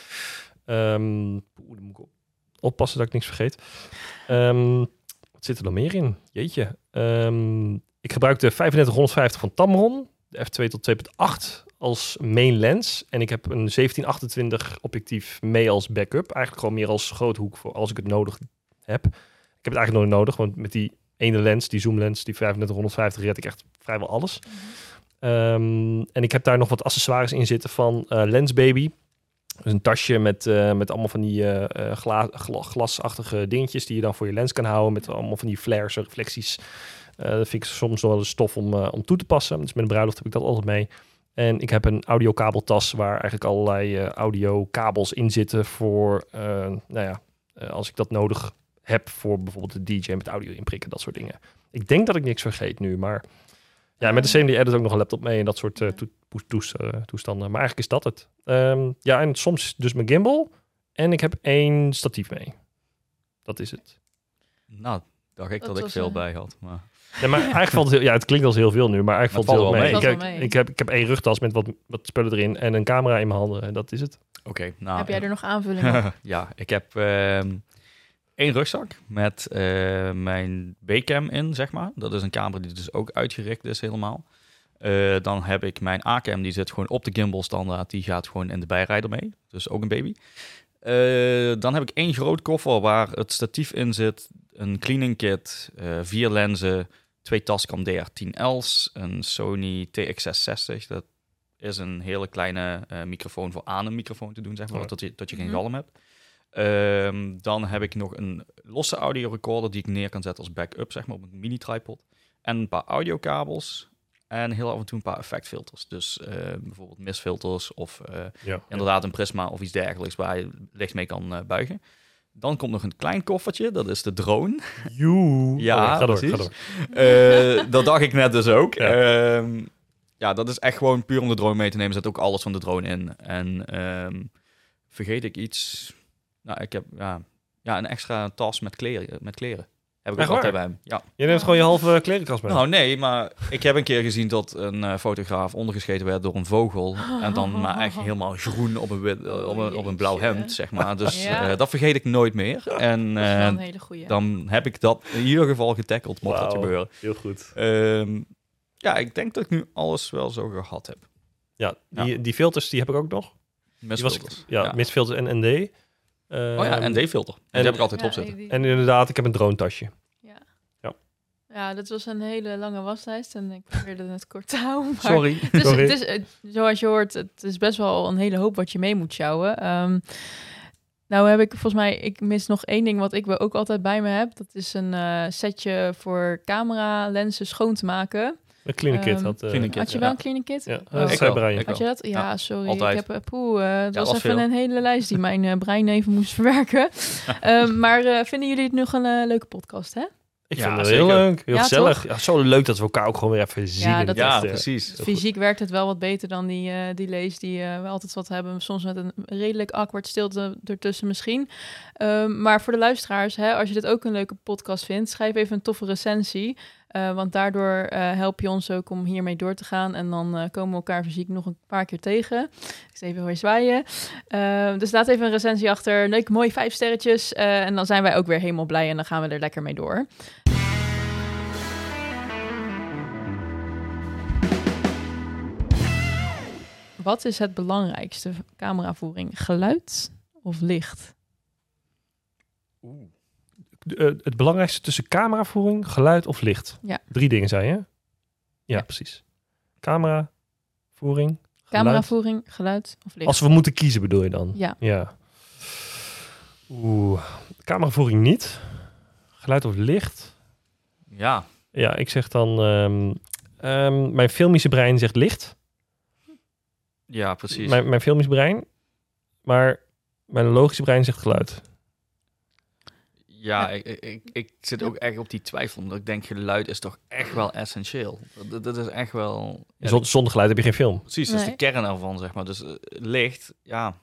Um, Oeh, dan moet ik oppassen dat ik niks vergeet. Um, wat zit er nog meer in? Jeetje. Um, ik gebruik de vijfendertig honderdvijftig van Tamron. De f twee tot twee komma acht als main lens. En ik heb een zeventien achtentwintig objectief mee als backup. Eigenlijk gewoon meer als groothoek voor als ik het nodig heb. Ik heb het eigenlijk nooit nodig, want met die ene lens, die zoomlens, die vijfendertig honderdvijftig, red ik echt vrijwel alles. Mm-hmm. Um, en ik heb daar nog wat accessoires in zitten van uh, Lensbaby. Dus een tasje met, uh, met allemaal van die uh, gla- gla- glasachtige dingetjes die je dan voor je lens kan houden. Met allemaal van die flares, reflecties. Uh, dat vind ik soms nog wel eens stof om, uh, om toe te passen. Dus met een bruiloft heb ik dat altijd mee. En ik heb een audiokabeltas waar eigenlijk allerlei uh, audiokabels in zitten voor, uh, nou ja, uh, als ik dat nodig heb voor bijvoorbeeld de D J met audio inprikken, dat soort dingen. Ik denk dat ik niks vergeet nu, maar ja, met de C M D Edit ook nog een laptop mee en dat soort uh, to- to- to- uh, toestanden. Maar eigenlijk is dat het. Um, ja, en soms dus mijn gimbal en ik heb één statief mee. Dat is het. Nou, dacht ik dat, dat ik veel een... bij had, maar... Ja, maar eigenlijk valt het heel, ja, het klinkt als heel veel nu, maar eigenlijk valt het heel mee. mee. Ik, heb, ik, heb, ik heb één rugtas met wat, wat spullen erin en een camera in mijn handen en dat is het. Oké, okay, nou... Heb jij er nog aanvullingen op? Ja, ik heb uh, één rugzak met uh, mijn B-cam in, zeg maar. Dat is een camera die dus ook uitgericht is helemaal. Uh, dan heb ik mijn A-cam, die zit gewoon op de gimbal standaard. Die gaat gewoon in de bijrijder mee, dus ook een baby. Uh, dan heb ik één groot koffer waar het statief in zit, een cleaning kit, uh, vier lenzen, twee Tascam D R tien L's, een Sony T X zeshonderdzestig. Dat is een hele kleine uh, microfoon voor aan een microfoon te doen, zeg maar, oh. dat je, dat je geen galm hebt. Uh, dan heb ik nog een losse audio recorder die ik neer kan zetten als backup, zeg maar, op een mini tripod. En een paar audiokabels. En heel af en toe een paar effectfilters. Dus uh, bijvoorbeeld mistfilters of uh, ja, inderdaad ja. een prisma of iets dergelijks waar je licht mee kan uh, buigen. Dan komt nog een klein koffertje, dat is de drone. Joe. Ja, oh, ga door, precies. Ga door. Uh, dat dacht ik net dus ook. Ja. Um, ja, dat is echt gewoon puur om de drone mee te nemen. Zet ook alles van de drone in. En um, vergeet ik iets? Nou, ik heb ja, ja, een extra tas met kleren. Met kleren. Heb ik ook altijd bij hem. Ja. Je neemt gewoon je halve klerenkast mee. Nou nee, maar ik heb een keer gezien dat een uh, fotograaf ondergescheten werd door een vogel. En dan maar echt helemaal groen op een, wit, uh, op een, op een blauw hemd, zeg maar. Dus ja. uh, dat vergeet ik nooit meer. En uh, een hele goeie. Dan heb ik dat in ieder geval getackled, mocht wow, dat gebeuren. Heel goed. Um, ja, ik denk dat ik nu alles wel zo gehad heb. Ja, die, ja. die filters die heb ik ook nog. Mistfilters. Ja, ja. mistfilters en N D. Uh, oh ja, N D-filter. En die heb ik altijd ja, op zitten. En inderdaad, ik heb een drone-tasje. Ja. ja. Ja, dat was een hele lange waslijst en ik probeerde het kort te houden. Maar Sorry. Het is, Sorry. Het is, het, zoals je hoort, het is best wel een hele hoop wat je mee moet sjouwen. Um, nou heb ik volgens mij, ik mis nog één ding wat ik ook altijd bij me heb. Dat is een uh, setje voor camera, lenzen schoon te maken. Een cleaning kit. Had, uh, cleaning kit, had je wel een cleaning kit? Ja, uh, ik wel, ik had je dat? Ja, ja sorry. Altijd. Ik heb, poeh, uh, het ja, was, was even veel. een hele lijst die mijn uh, brein even moest verwerken. um, maar uh, vinden jullie het nog een uh, leuke podcast, hè? Ik ja, vind het heel leuk. Heel ja, gezellig. Ja, zo leuk dat we elkaar ook gewoon weer even zien. Ja, in dat ja is, precies. Fysiek werkt het wel wat beter dan die, uh, die lees die uh, we altijd wat hebben. Soms met een redelijk awkward stilte ertussen misschien. Um, maar voor de luisteraars, hè, als je dit ook een leuke podcast vindt, schrijf even een toffe recensie. Uh, want daardoor uh, help je ons ook om hiermee door te gaan. En dan uh, komen we elkaar fysiek nog een paar keer tegen. Ik zie even weer zwaaien. Uh, dus laat even een recensie achter. Leuk, mooi, vijf sterretjes. Uh, en dan zijn wij ook weer helemaal blij en dan gaan we er lekker mee door. Wat is het belangrijkste cameravoering? Geluid of licht? Oeh. Uh, het belangrijkste tussen cameravoering, geluid of licht? Ja. Drie dingen, zei je? Ja, ja. precies. Cameravoering, geluid. Cameravoering, geluid of licht? Als we moeten kiezen bedoel je dan? Ja. ja. Oeh, cameravoering niet. Geluid of licht? Ja. Ja, ik zeg dan... Um, um, mijn filmische brein zegt licht. Ja, precies. Mijn, mijn filmisch brein. Maar mijn logische brein zegt geluid. Ja, ik, ik, ik zit ook echt op die twijfel. Omdat ik denk, geluid is toch echt wel essentieel. Dat, dat is echt wel... Ja, Zonder, zonder geluid heb je geen film. precies, dat is Nee. de kern ervan, zeg maar. Dus uh, licht, ja...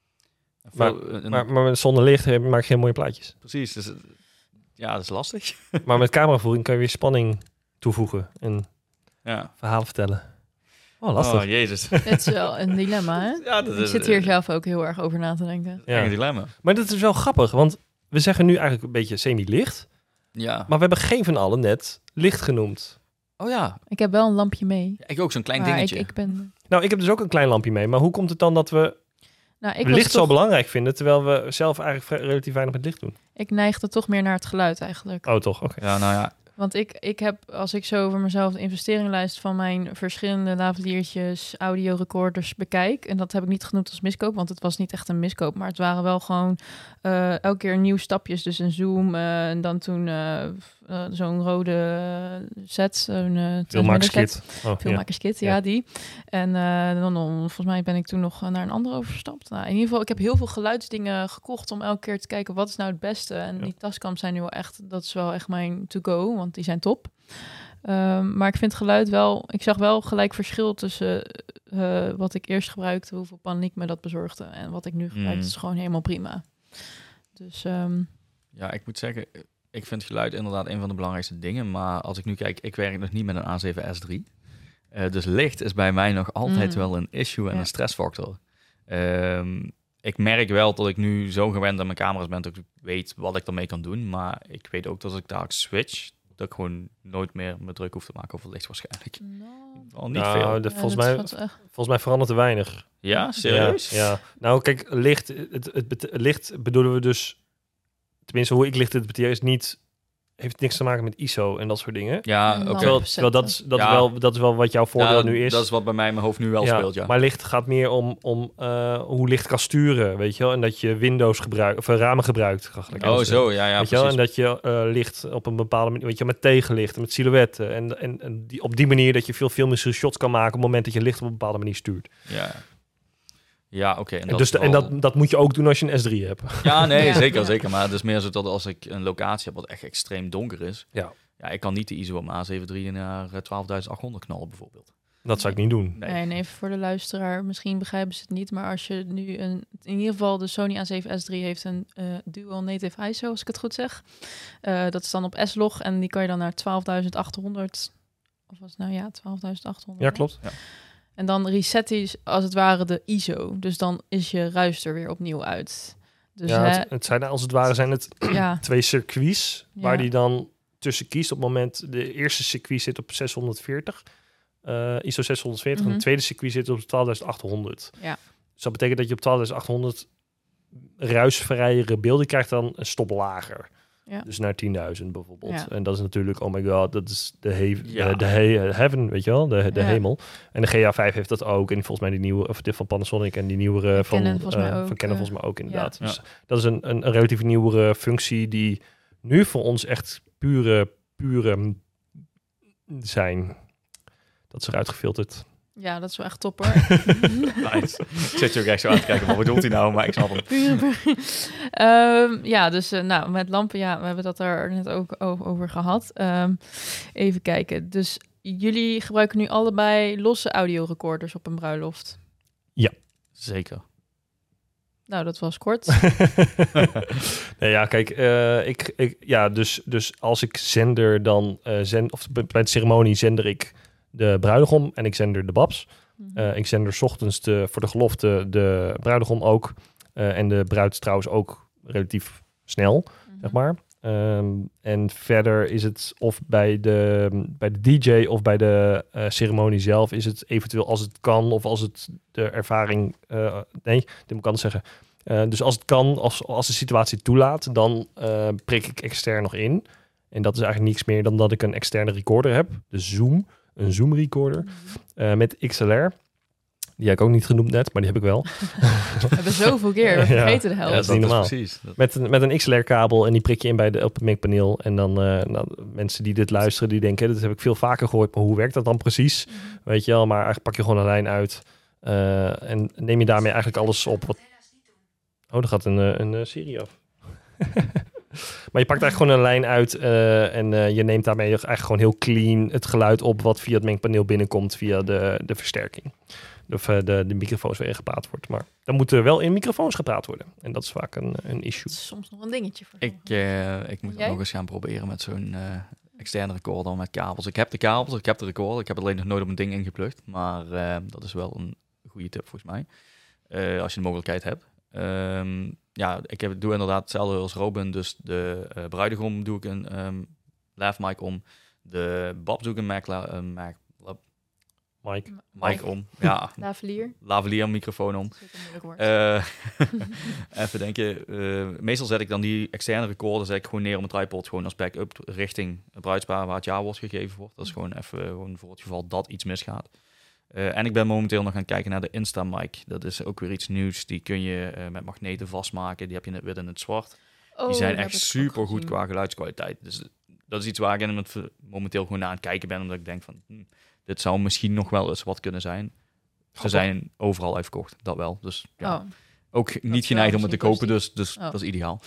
Maar, Veel- een- maar, maar met zonder licht heb- maak je geen mooie plaatjes. Precies, dus, uh, ja, dat is lastig. Maar met cameravoering kan je weer spanning toevoegen en Ja. verhalen vertellen. Oh, lastig. Oh, jezus. Het is wel een dilemma, hè? Ja, dat Ik is zit hier zelf ook heel erg over na te denken. Ja. een dilemma. Maar dat is wel grappig, want we zeggen nu eigenlijk een beetje semi-licht. Ja. Maar we hebben geen van allen net licht genoemd. Oh ja, Ik heb wel een lampje mee. ik ook zo'n klein maar ik, dingetje. ik ben... Nou, ik heb dus ook een klein lampje mee. Maar hoe komt het dan dat we Nou, ik, was licht zo toch, belangrijk vinden, terwijl we zelf eigenlijk vrij- relatief weinig met licht doen? ik neigde toch meer naar het geluid eigenlijk. Oh, toch? Oké. Ja, nou ja. Want ik, ik heb, als ik zo over mezelf de investeringlijst van mijn verschillende laveliertjes, audiorecorders bekijk, en dat heb ik niet genoemd als miskoop, want het was niet echt een miskoop, maar het waren wel gewoon uh, elke keer nieuwe stapjes. Dus een Zoom uh, en dan toen uh, uh, zo'n rode set, zo'n uh, Filmmakerskit. Oh, Filmmakerskit, ja. Ja. ja, die. En uh, dan, dan, volgens mij ben ik toen nog naar een andere overgestapt. Nou, in ieder geval, ik heb heel veel geluidsdingen gekocht om elke keer te kijken wat is nou het beste. En Ja. die Tascams zijn nu wel echt, dat is wel echt mijn to-go, want die zijn top. Um, maar ik vind geluid wel, ik zag wel gelijk verschil tussen uh, wat ik eerst gebruikte, hoeveel paniek me dat bezorgde. En wat ik nu gebruik, Mm. is gewoon helemaal prima. Dus um, Ja, ik moet zeggen, ik vind geluid inderdaad een van de belangrijkste dingen. Maar als ik nu kijk, ik werk nog niet met een A zeven S drie. Uh, dus licht is bij mij nog altijd Mm. wel een issue en Ja. een stressfactor. Um, ik merk wel dat ik nu zo gewend aan mijn camera's ben dat ik weet wat ik ermee kan doen. Maar ik weet ook dat als ik daar switch, dat ik gewoon nooit meer me druk hoef te maken over licht waarschijnlijk. nou, Al niet Nou, veel. de- ja, volgens, dat mij, valt echt- volgens mij verandert er weinig. Ja, serieus? Ja, ja. Nou, kijk, licht, het, het, bet- licht bedoelen we dus, tenminste hoe ik licht interpreteer, is niet, heeft niks te maken met I S O en dat soort dingen. Ja, En oké. dan- Terwijl, terwijl dat, is, dat, Ja. is wel, dat is wel wat jouw voordeel Ja, nu is. Dat is wat bij mij in mijn hoofd nu wel Ja, speelt, ja. Maar licht gaat meer om, om uh, hoe licht kan sturen, weet je wel. En dat je Windows gebruikt, of uh, ramen gebruikt. Ga gelijk Oh, anders zo, ja, ja, weet je wel? En precies. dat je uh, licht op een bepaalde manier, weet je, met tegenlicht en met silhouetten. En, en, en die, op die manier dat je veel filmische shots kan maken op het moment dat je licht op een bepaalde manier stuurt. Ja, ja oké. Okay. En, dus de, en dat, dat moet je ook doen als je een S drie hebt. Ja, nee, Ja. zeker, Ja. zeker. Maar het is meer zo dat als ik een locatie heb wat echt extreem donker is, Ja. ja, ik kan niet de I S O op mijn A zeven drie naar twaalfduizend achthonderd knallen bijvoorbeeld. Dat zou ik niet doen. Nee. Nee, en even voor de luisteraar, misschien begrijpen ze het niet, maar als je nu een, in ieder geval de Sony A zeven S drie heeft een uh, dual native I S O, als ik het goed zeg. Uh, dat is dan op S-Log en die kan je dan naar twaalfduizend achthonderd, of was het nou ja, twaalfduizend achthonderd. Ja, klopt. Ja. En dan reset hij als het ware de I S O, dus dan is je ruis er weer opnieuw uit. Dus ja, hè, het, het zijn als het ware zijn het ja, twee circuits Ja. waar die dan tussen kiest. Op het moment, de eerste circuit zit op zeshonderdveertig, uh, I S O zeshonderdveertig. Mhm. En het tweede circuit zit op twaalfduizend achthonderd. Ja. Dus dat betekent dat je op twaalfduizend achthonderd ruisvrijere beelden krijgt dan een stop lager. Ja. Dus naar tienduizend bijvoorbeeld. Ja. En dat is natuurlijk, oh my god, dat is de, he Ja. de, de he heaven, weet je wel, de, de Ja. hemel. En de G A vijf heeft dat ook. En volgens mij die nieuwe, of dit van Panasonic en die nieuwere van Canon volgens mij eh, ook, van Canon eh, volgens mij ook inderdaad. ja. Dus dat is een, een, een relatief nieuwere functie die nu voor ons echt pure, pure m- zijn. Dat is eruit gefilterd. ja, dat is wel echt top hoor. Nice. Ik zit je ook echt zo aan te kijken, wat bedoelt hij nou? Maar ik snap hem. Pure burger. Ehm, ja, dus uh, nou, met lampen, ja, we hebben dat er net ook over, over gehad. Um, even kijken. Dus jullie gebruiken nu allebei losse audiorecorders op een bruiloft. Zeker. Nou, dat was kort. nee, ja, kijk, uh, ik, ik, ja, dus, dus als ik zender dan, uh, zend, of bij de ceremonie zender ik de bruidegom en ik zender de babs. Uh, ik zender 's ochtends de, voor de gelofte de bruidegom ook. Uh, en de bruid trouwens ook relatief snel, zeg maar. Um, en verder is het of bij de, bij de D J of bij de uh, ceremonie zelf is het eventueel als het kan of als het de ervaring... Uh, nee, dit moet ik anders zeggen. Uh, dus als het kan, als, als de situatie toelaat, dan uh, prik ik extern nog in. En dat is eigenlijk niks meer dan dat ik een externe recorder heb. De Zoom, een Zoom recorder uh, met X L R. Die heb ik ook niet genoemd net, maar die heb ik wel. We hebben zoveel keer, we vergeten de helft. Ja, dat is niet normaal. Precies. Dat... Met een, met een X L R-kabel en die prik je in bij de, op het mengpaneel. En dan uh, nou, mensen die dit luisteren, die denken, dat heb ik veel vaker gehoord, maar hoe werkt dat dan precies? Mm-hmm. Weet je wel, maar eigenlijk pak je gewoon een lijn uit uh, en neem je daarmee eigenlijk alles op. Wat... Oh, er gaat een, een, een serie af. Maar je pakt eigenlijk gewoon een lijn uit uh, en uh, je neemt daarmee eigenlijk gewoon heel clean het geluid op wat via het mengpaneel binnenkomt via de, de versterking. Of uh, de, de microfoons waarin gepraat wordt. Maar dan moet er wel in microfoons gepraat worden. En dat is vaak een, een issue. Dat is soms nog een dingetje voor Ik, uh, ik moet Jij? dat nog eens gaan proberen met zo'n uh, externe recorder met kabels. Ik heb de kabels, ik heb de recorder. Ik heb het alleen nog nooit op een ding ingeplukt. Maar uh, dat is wel een goede tip volgens mij. Uh, als je de mogelijkheid hebt. Um, ja, ik heb, doe inderdaad hetzelfde als Robin. Dus de uh, bruidegom doe ik een um, lav mic om. De Babs doe ik een Mac, la, uh, Mac Mike. Mic om. Ja. Lavalier. Lavalier microfoon om. Dat is een moeilijk woord. Uh, even denken. Uh, meestal zet ik dan die externe recorder zet ik gewoon neer op een tripod. Gewoon als backup richting het bruidspaar waar het ja wordt gegeven wordt. Dat is gewoon even gewoon voor het geval dat iets misgaat. Uh, en ik ben momenteel nog gaan kijken naar de Insta-mic. Dat is ook weer iets nieuws. Die kun je uh, met magneten vastmaken. Die heb je in het wit en het zwart. Oh, die zijn dat echt heb ik ook super goed gezien. qua geluidskwaliteit. Dus dat is iets waar ik in het, momenteel gewoon naar aan het kijken ben. Omdat ik denk van, hm, dit zou misschien nog wel eens wat kunnen zijn. Ze zijn overal uitverkocht, dat wel. Dus ja, Oh. ook niet wel geneigd om het te misschien kopen, dus, dus Oh. dat is ideaal.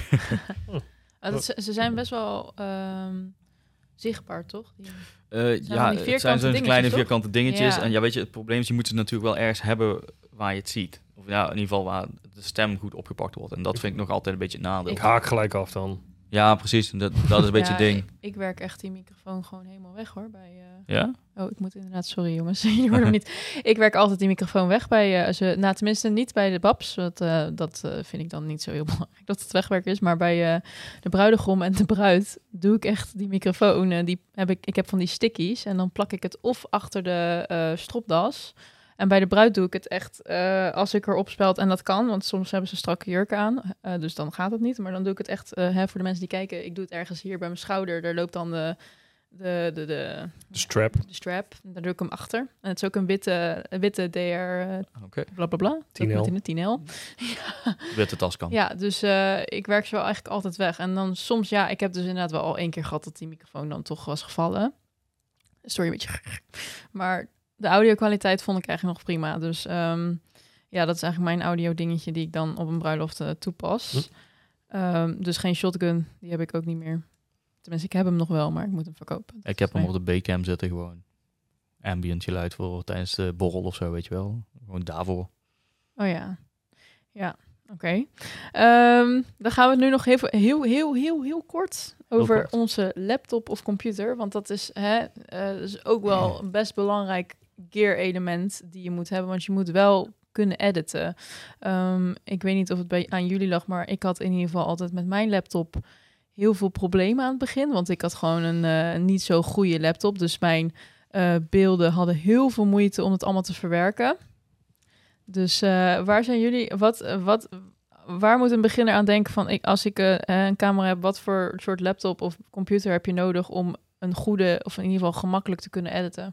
Oh, dat, ze, ze zijn best wel um, zichtbaar, toch? Die... Uh, ja, die het zijn zo'n dingetjes, kleine toch? vierkante dingetjes. Ja. En ja, weet je, het probleem is, je moet ze natuurlijk wel ergens hebben waar je het ziet. Of ja, in ieder geval waar de stem goed opgepakt wordt. En dat vind ik nog altijd een beetje het nadeel. Ik haak gelijk af dan. Ja, precies. Dat, dat is een beetje Ja, het ding. Ik, ik werk echt die microfoon gewoon helemaal weg, hoor. Bij, uh... Ja? Oh, ik moet inderdaad... Sorry, jongens. Je hoort hem niet. Ik werk altijd die microfoon weg bij... Uh, ze, nou, tenminste niet bij de babs. Want, uh, dat uh, vind ik dan niet zo heel belangrijk dat het wegwerken is. Maar bij uh, de bruidegom en de bruid doe ik echt die microfoon. Uh, die heb ik, ik heb van die stickies. En dan plak ik het of achter de uh, stropdas... En bij de bruid doe ik het echt uh, als ik erop speld en dat kan. Want soms hebben ze strakke jurken aan. Uh, dus dan gaat het niet. Maar dan doe ik het echt uh, hè, voor de mensen die kijken. Ik doe het ergens hier bij mijn schouder. Daar loopt dan de, de, de, de, de strap. De strap. Daar doe ik hem achter. En het is ook een witte, een witte D R uh, okay. bla bla bla. tien L. Ja. Witte tas kan. Ja, dus uh, ik werk zo eigenlijk altijd weg. En dan soms, ja, ik heb dus inderdaad wel al één keer gehad dat die microfoon dan toch was gevallen. Sorry, een beetje. Maar... De audio-kwaliteit vond ik eigenlijk nog prima. Dus um, ja, dat is eigenlijk mijn audio-dingetje die ik dan op een bruiloft uh, toepas. Hm. Um, dus geen shotgun, die heb ik ook niet meer. Tenminste, ik heb hem nog wel, maar ik moet hem verkopen. Ik heb hem op de B-cam zitten gewoon. Ambient geluid voor tijdens de borrel of zo, weet je wel. Gewoon daarvoor. Oh ja. Ja, oké. Okay. Um, dan gaan we het nu nog even heel, heel, heel, heel kort over heel kort. onze laptop of computer. Want dat is, hè, uh, dat is ook wel een best belangrijk gear-element die je moet hebben. Want je moet wel kunnen editen. Um, ik weet niet of het bij, aan jullie lag, maar ik had in ieder geval altijd met mijn laptop heel veel problemen aan het begin. Want ik had gewoon een uh, niet zo goede laptop. Dus mijn uh, beelden hadden heel veel moeite om het allemaal te verwerken. Dus uh, waar zijn jullie... Wat, wat, waar moet een beginner aan denken van... Ik, als ik uh, een camera heb, wat voor soort laptop of computer heb je nodig... om een goede, of in ieder geval gemakkelijk te kunnen editen?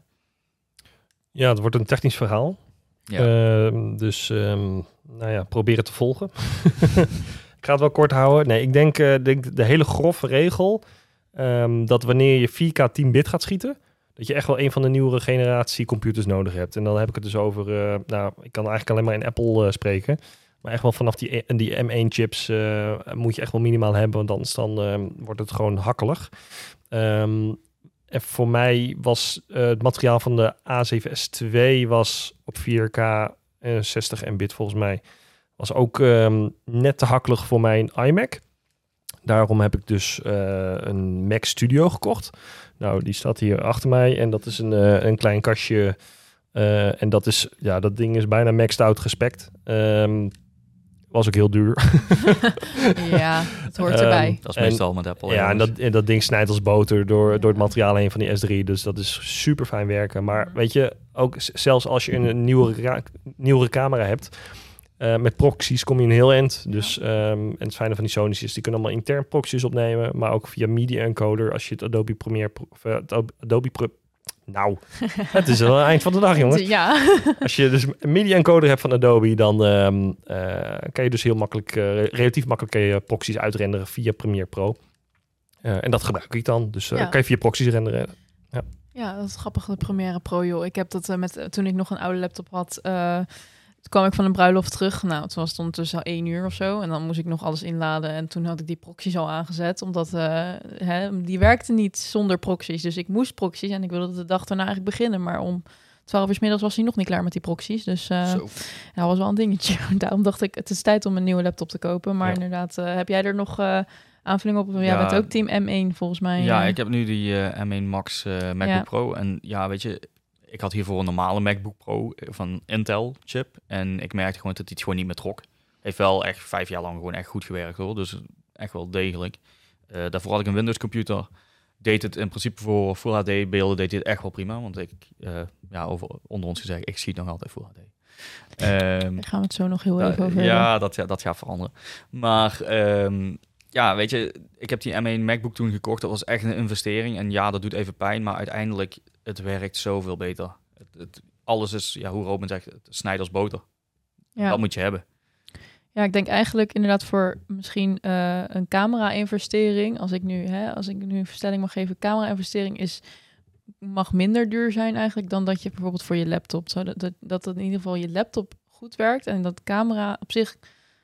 Ja, het wordt een technisch verhaal. Ja. Uh, dus um, nou ja, probeer het te volgen. Ik ga het wel kort houden. Nee, ik denk, uh, denk de hele grove regel... Um, dat wanneer je vier K tien bit gaat schieten... dat je echt wel een van de nieuwere generatie computers nodig hebt. En dan heb ik het dus over... Uh, nou, ik kan eigenlijk alleen maar in Apple uh, spreken. Maar echt wel vanaf die, die M één chips uh, moet je echt wel minimaal hebben. Want anders dan uh, wordt het gewoon hakkelig. Um, en voor mij was uh, het materiaal van de A zeven S twee... was op vier K uh, zestig mbit volgens mij. Was ook um, net te hakkelig voor mijn iMac. Daarom heb ik dus uh, een Mac Studio gekocht. Nou, die staat hier achter mij en dat is een, uh, een klein kastje. Uh, en dat is, ja, dat ding is bijna maxed out gespekt. Um, was ook heel duur. Ja, het hoort erbij. Um, dat is meestal en, met Apple. Ja, en dat, en dat ding snijdt als boter door, ja. door het materiaal heen van die S drie. Dus dat is super fijn werken. Maar weet je, ook zelfs als je een nieuwere, nieuwere camera hebt... Uh, met proxies kom je een heel eind. Dus, um, en het fijne van die Sony's is, die kunnen allemaal intern proxies opnemen. Maar ook via Media Encoder, als je het Adobe Premiere... Of, uh, het Adobe Pro... Nou, het is wel het eind van de dag, jongens. Ja. Als je dus een Media Encoder hebt van Adobe, dan um, uh, kan je dus heel makkelijk, uh, relatief makkelijk je proxies uitrenderen via Premiere Pro. Uh, en dat gebruik ik dan. Dus uh, ja. kan je via proxies renderen. Ja, ja, dat is grappig, de Premiere Pro, joh. Ik heb dat uh, met, uh, toen ik nog een oude laptop had... Uh, Toen kwam ik van een bruiloft terug. Nou, het was ondertussen al één uur of zo. En dan moest ik nog alles inladen. En toen had ik die proxies al aangezet. Omdat uh, hè, die werkte niet zonder proxies. Dus ik moest proxies. En ik wilde de dag daarna eigenlijk beginnen. Maar om twaalf uur 's middags was hij nog niet klaar met die proxies. Dus uh, ja, dat was wel een dingetje. Daarom dacht ik, het is tijd om een nieuwe laptop te kopen. Maar ja. inderdaad, uh, heb jij er nog uh, aanvulling op? Jij ja, bent ook team M één volgens mij. Ja, uh. ik heb nu die uh, M één Max uh, MacBook ja. Pro. En ja, weet je... Ik had hiervoor een normale MacBook Pro van Intel chip. En ik merkte gewoon dat hij het gewoon niet meer trok. Heeft wel echt vijf jaar lang gewoon echt goed gewerkt hoor. Dus echt wel degelijk. Uh, daarvoor had ik een Windows computer. Deed het in principe voor Full H D beelden deed hij het echt wel prima. Want ik, uh, ja, over, onder ons gezegd, ik zie nog altijd Full H D. Um, Daar gaan we het zo nog heel even uh, over Ja, dat, ja, dat gaat veranderen. Maar um, ja, weet je, ik heb die M één MacBook toen gekocht. Dat was echt een investering. En ja, dat doet even pijn. Maar uiteindelijk, het werkt zoveel beter. Het, het, alles is, ja, hoe Robin zegt, het snijdt als boter. Ja. Dat moet je hebben. Ja, ik denk eigenlijk inderdaad voor misschien uh, een camera-investering. Als ik nu, hè, als ik nu een verstelling mag geven, camera-investering is mag minder duur zijn eigenlijk dan dat je bijvoorbeeld voor je laptop, zo dat, dat, dat in ieder geval je laptop goed werkt en dat camera op zich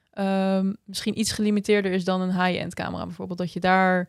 um, misschien iets gelimiteerder is dan een high-end camera bijvoorbeeld. Dat je daar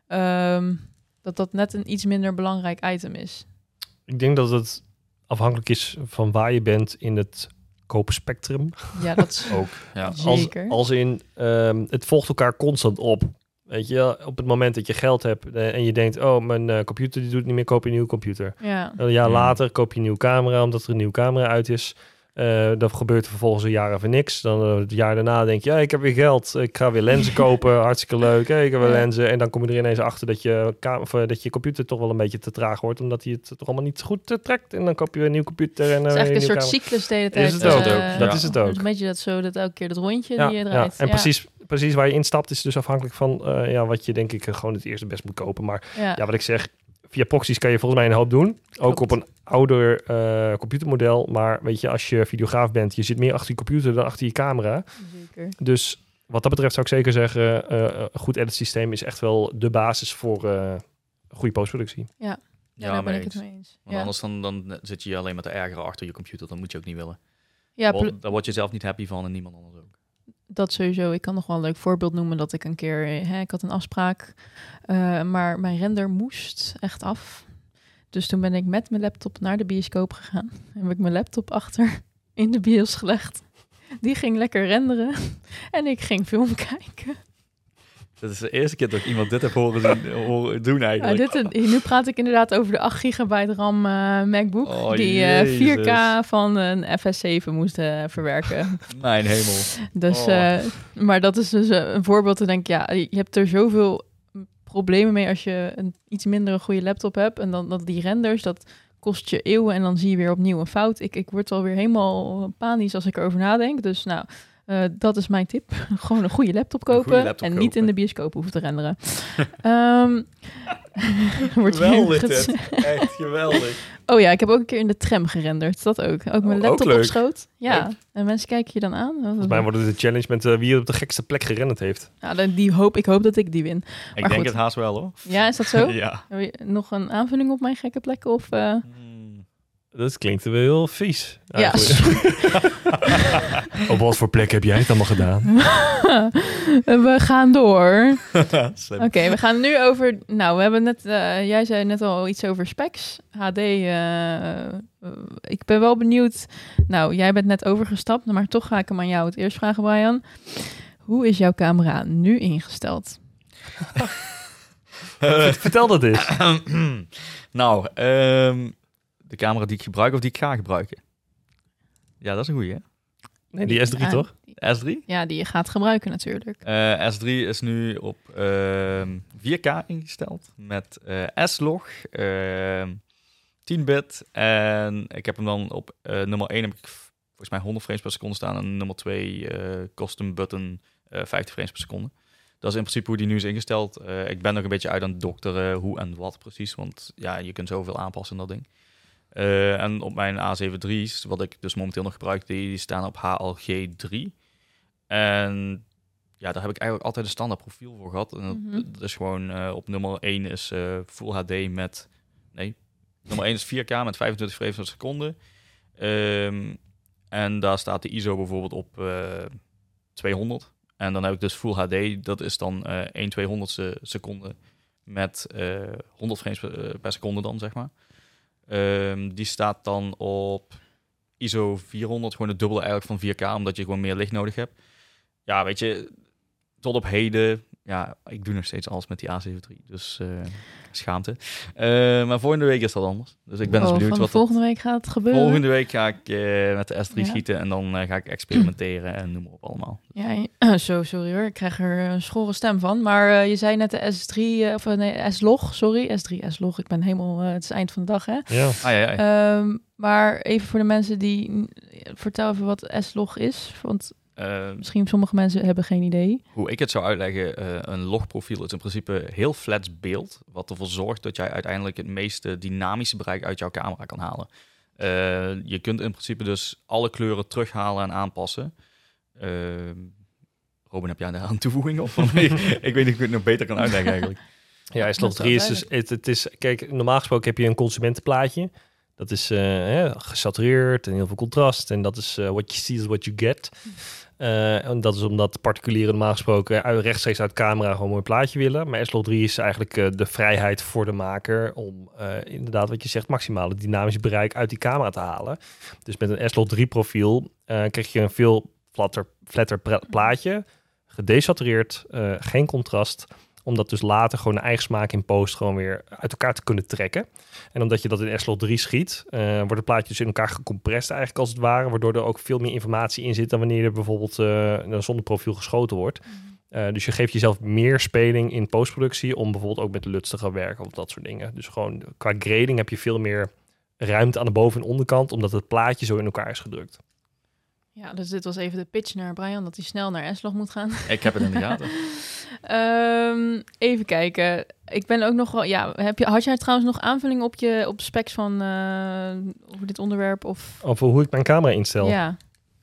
um, dat dat net een iets minder belangrijk item is. Ik denk dat het afhankelijk is van waar je bent in het koopspectrum. Ja, dat is ook. Ja. Zeker. Als, als in, um, het volgt elkaar constant op. Weet je, op het moment dat je geld hebt uh, en je denkt, oh, mijn uh, computer die doet het niet meer, koop je een nieuwe computer. Ja. Een jaar later koop je een nieuwe camera, omdat er een nieuwe camera uit is. Uh, dan gebeurt er vervolgens een jaar even niks. Dan uh, het jaar daarna denk je, ja, ik heb weer geld. Ik ga weer lenzen kopen. Hartstikke leuk. Hey, ik heb weer ja. lenzen. En dan kom je er ineens achter dat je, of, uh, dat je computer toch wel een beetje te traag wordt. Omdat hij het toch allemaal niet goed uh, trekt. En dan koop je weer een nieuw computer. En, uh, het is eigenlijk een, een soort camera. cyclus de hele tijd. Is het ook. Uh, dat ja. is het ook. Dus een beetje dat zo, dat elke keer dat rondje ja, die je draait. Ja. En ja. precies, precies waar je instapt is dus afhankelijk van uh, ja, wat je denk ik uh, gewoon het eerste best moet kopen. Maar ja, ja wat ik zeg... Via proxies kan je volgens mij een hoop doen. Ook Klopt. Op een ouder uh, computermodel. Maar weet je, als je videograaf bent, je zit meer achter je computer dan achter je camera. Zeker. Dus wat dat betreft zou ik zeker zeggen, uh, een goed edit systeem is echt wel de basis voor uh, goede postproductie. Ja, ja, ja daar ben ik het mee eens. Want ja. anders dan, dan zit je alleen maar te ergeren achter je computer. Dat moet je ook niet willen. Ja, Daar word, word je zelf niet happy van en niemand anders ook. Dat sowieso. Ik kan nog wel een leuk voorbeeld noemen dat ik een keer... Hè, ik had een afspraak, uh, maar mijn render moest echt af. Dus toen ben ik met mijn laptop naar de bioscoop gegaan. Heb ik mijn laptop achter in de bios gelegd. Die ging lekker renderen. En ik ging film kijken. Dat is de eerste keer dat ik iemand dit heb horen doen, horen doen eigenlijk. Ja, dit, nu praat ik inderdaad over de acht gigabyte RAM uh, MacBook. Oh, die uh, vier K van een F S zeven moest uh, verwerken. Mijn hemel. Dus, oh. uh, maar dat is dus uh, een voorbeeld te denken, ja, je hebt er zoveel problemen mee als je een iets minder een goede laptop hebt. En dan dat die renders, dat kost je eeuwen en dan zie je weer opnieuw een fout. Ik, ik word alweer helemaal panisch als ik erover nadenk. Dus nou... Uh, dat is mijn tip. Gewoon een goede laptop kopen goede laptop en kopen. niet in de bioscoop hoeven te renderen. um, geweldig dit. Echt geweldig. Oh ja, ik heb ook een keer in de tram gerenderd. Dat ook. Ook mijn oh, laptop ook op schoot. Ja, leuk. En mensen kijken je dan aan. Volgens mij wordt het de challenge met uh, wie op de gekste plek gerenderd heeft. Ja, die hoop, ik hoop dat ik die win. Ik maar denk goed. het haast wel hoor. Ja, is dat zo? Ja. Heb je nog een aanvulling op mijn gekke plekken? Of, uh... hmm. Dat klinkt wel heel vies. Ja, op wat voor plek heb jij het allemaal gedaan? We gaan door. Oké, okay, we gaan nu over... Nou, we hebben net... Uh, jij zei net al iets over specs. H D. Uh, uh, ik ben wel benieuwd... Nou, jij bent net overgestapt, maar toch ga ik hem aan jou het eerst vragen, Brian. Hoe is jouw camera nu ingesteld? Vertel dat eens. nou, um, de camera die ik gebruik of die ik ga gebruiken? Ja, dat is een goeie, hè? Nee, die S drie, ah, toch? S drie? Ja, die je gaat gebruiken natuurlijk. Uh, S drie is nu op uh, vier K ingesteld met uh, S-Log, uh, tien bit. En ik heb hem dan op uh, nummer één heb ik volgens mij honderd frames per seconde staan. En nummer twee uh, custom button uh, vijftig frames per seconde. Dat is in principe hoe die nu is ingesteld. Uh, ik ben nog een beetje uit aan het dokteren hoe en wat precies. Want ja, je kunt zoveel aanpassen in dat ding. Uh, en op mijn A zeven drie's, wat ik dus momenteel nog gebruik, die, die staan op H L G drie. En ja, daar heb ik eigenlijk altijd een standaard profiel voor gehad. En dat, mm-hmm. dat is gewoon uh, op nummer één is uh, Full H D met... Nee, nummer één is vier K met vijfentwintig frames per seconde. Um, En daar staat de I S O bijvoorbeeld op uh, tweehonderd. En dan heb ik dus Full H D. Dat is dan uh, één tweehonderdste seconde met uh, honderd frames per, per seconde dan, zeg maar. Um, die staat dan op I S O vierhonderd, gewoon het dubbele eigenlijk van vier K, omdat je gewoon meer licht nodig hebt. Ja, weet je, tot op heden, ja, ik doe nog steeds alles met die A zeven drie, dus uh, schaamte. Uh, maar volgende week is dat anders. Dus ik ben oh, eens benieuwd wat volgende dat... week gaat het gebeuren. Volgende week ga ik uh, met de S drie ja. schieten en dan uh, ga ik experimenteren en noem maar op allemaal. Ja, uh, zo, sorry hoor, ik krijg er een schorre stem van. Maar uh, je zei net de S drie, uh, of nee, S-Log, sorry, S drie S-Log. Ik ben helemaal, uh, het is eind van de dag, hè? Ja. Ah, ja, ja. Um, maar even voor de mensen die, vertel even wat S-Log is, want... Uh, Misschien sommige mensen hebben geen idee. Hoe ik het zou uitleggen, uh, een logprofiel is in principe heel flats beeld, wat ervoor zorgt dat jij uiteindelijk het meeste dynamische bereik uit jouw camera kan halen. Uh, je kunt in principe dus alle kleuren terughalen en aanpassen. Uh, Robin, heb jij daar een toevoeging op? ik, ik weet niet of ik het nog beter kan uitleggen eigenlijk. Ja, S-Log drie is dus, het, het is, kijk, normaal gesproken heb je een consumentenplaatje. Dat is uh, hè, gesatureerd en heel veel contrast. En dat is uh, what you see is what you get. Uh, en dat is omdat particulieren normaal gesproken uit, rechtstreeks uit camera gewoon een mooi plaatje willen. Maar S-Log drie is eigenlijk uh, de vrijheid voor de maker om uh, inderdaad wat je zegt, maximale dynamische bereik uit die camera te halen. Dus met een S-Log drie profiel uh, krijg je een veel flatter, flatter plaatje, gedesatureerd, uh, geen contrast. Om dat dus later gewoon de eigen smaak in post gewoon weer uit elkaar te kunnen trekken. En omdat je dat in S-Log drie schiet, uh, wordt het plaatje dus in elkaar gecompressed eigenlijk als het ware. Waardoor er ook veel meer informatie in zit dan wanneer er bijvoorbeeld uh, zonder profiel geschoten wordt. Uh, dus je geeft jezelf meer speling in postproductie om bijvoorbeeld ook met L U T te gaan werken of dat soort dingen. Dus gewoon qua grading heb je veel meer ruimte aan de boven- en onderkant, omdat het plaatje zo in elkaar is gedrukt. Ja, dus dit was even de pitch naar Brian, dat hij snel naar S-Log moet gaan. Ik heb het in de gaten. um, even kijken. Ik ben ook nog wel... Ja, heb je, had jij trouwens nog aanvulling op je op specs van uh, over dit onderwerp? Of over hoe ik mijn camera instel? Ja.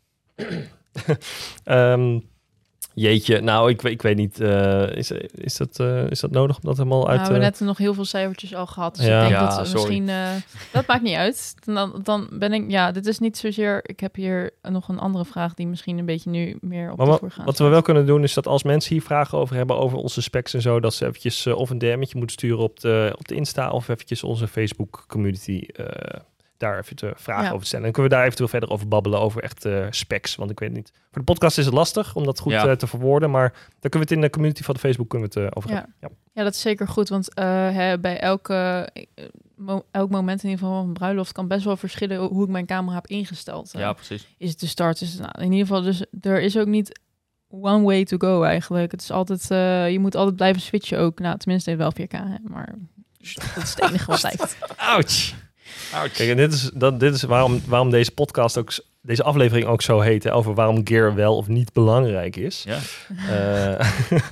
um, Jeetje, nou, ik, ik weet niet. Uh, is, is, dat, uh, is dat nodig om dat helemaal uit... Nou, we hebben net nog heel veel cijfertjes al gehad. Dus ja. ik denk Ja, dat we sorry. misschien... Uh, dat maakt niet uit. Dan, dan ben ik... Ja, dit is niet zozeer... Ik heb hier nog een andere vraag die misschien een beetje nu meer op maar de wat, voorgaat. wat we wel kunnen doen is dat als mensen hier vragen over hebben over onze specs en zo, dat ze eventjes uh, of een D M'tje moeten sturen op de, op de Insta of eventjes onze Facebook community uh, daar even te vragen ja. over stellen. Dan kunnen we daar eventueel verder over babbelen over echt uh, specs. Want ik weet niet. Voor de podcast is het lastig om dat goed ja. uh, te verwoorden. Maar dan kunnen we het in de community van de Facebook kunnen we het uh, over ja. hebben. Ja. ja, dat is zeker goed. Want uh, hè, bij elke, uh, mo- elk moment in ieder geval van een bruiloft kan best wel verschillen hoe ik mijn camera heb ingesteld. Uh, ja, precies. Is het de start? Is het, nou, in ieder geval, dus er is ook niet one way to go eigenlijk. Het is altijd, uh, je moet altijd blijven switchen ook. Nou, tenminste wel vier K, hè, maar dat is het enige wat blijft. Ouch! Ouch. Kijk, en dit is, dat, dit is waarom, waarom deze podcast ook, deze aflevering ook zo heet, hè, over waarom gear wel of niet belangrijk is. Ja. Uh,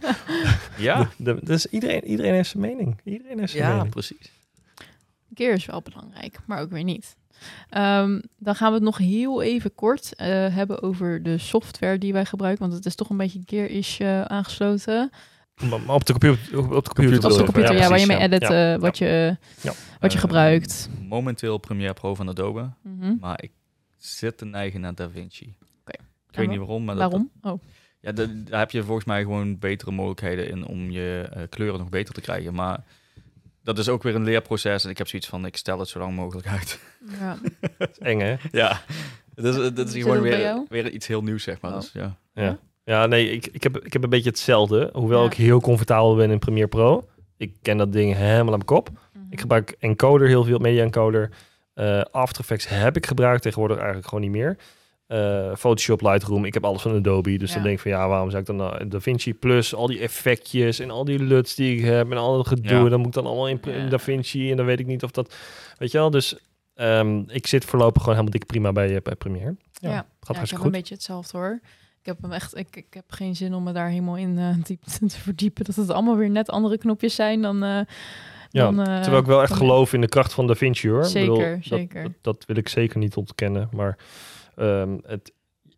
ja. De, de, dus iedereen, iedereen heeft zijn mening. Iedereen heeft zijn ja, mening. precies. Gear is wel belangrijk, maar ook weer niet. Um, dan gaan we het nog heel even kort uh, hebben over de software die wij gebruiken, want het is toch een beetje Gear-ish uh, aangesloten. Maar op de computer, op de computer, op de computer, ja, ja, waar je mee ja. edit, ja. uh, wat ja. je, ja. wat je uh, gebruikt. Momenteel Premiere Pro van Adobe, Mm-hmm. maar ik zit te neigen naar DaVinci. Okay. Ik weet niet waarom. Maar waarom? Dat, oh. Ja, de, daar heb je volgens mij gewoon betere mogelijkheden in om je uh, kleuren nog beter te krijgen. Maar dat is ook weer een leerproces en ik heb zoiets van, ik stel het zo lang mogelijk uit. Ja. Dat is eng, hè? Ja, dat is, dat is Zit gewoon het bij weer, jou? weer iets heel nieuws, zeg maar. Oh. Dus, ja. Ja. Ja, nee, ik, ik, heb, ik heb een beetje hetzelfde. Hoewel Ja. ik heel comfortabel ben in Premiere Pro. Ik ken dat ding helemaal aan mijn kop. Mm-hmm. Ik gebruik encoder heel veel, media encoder. Uh, After Effects heb ik gebruikt, tegenwoordig eigenlijk gewoon niet meer. Uh, Photoshop, Lightroom, ik heb alles van Adobe. Dus Ja. dan denk ik van ja, waarom zou ik dan uh, DaVinci Plus, al die effectjes en al die L U T's die ik heb en al dat gedoe. Ja. Dan moet ik dan allemaal in, in Ja. DaVinci en dan weet ik niet of dat... Weet je wel, dus um, ik zit voorlopig gewoon helemaal dik prima bij, uh, bij Premiere. Ja, Ja. gaat Ja, ik heb hartstikke een goed. beetje hetzelfde hoor. Ik heb hem echt, ik, ik heb geen zin om me daar helemaal in uh, diep te verdiepen. Dat het allemaal weer net andere knopjes zijn dan. Uh, Ja, dan, uh, terwijl ik wel echt dan- geloof in de kracht van DaVinci hoor. Zeker, ik bedoel, dat, zeker. Dat, dat wil ik zeker niet ontkennen. Maar um, het,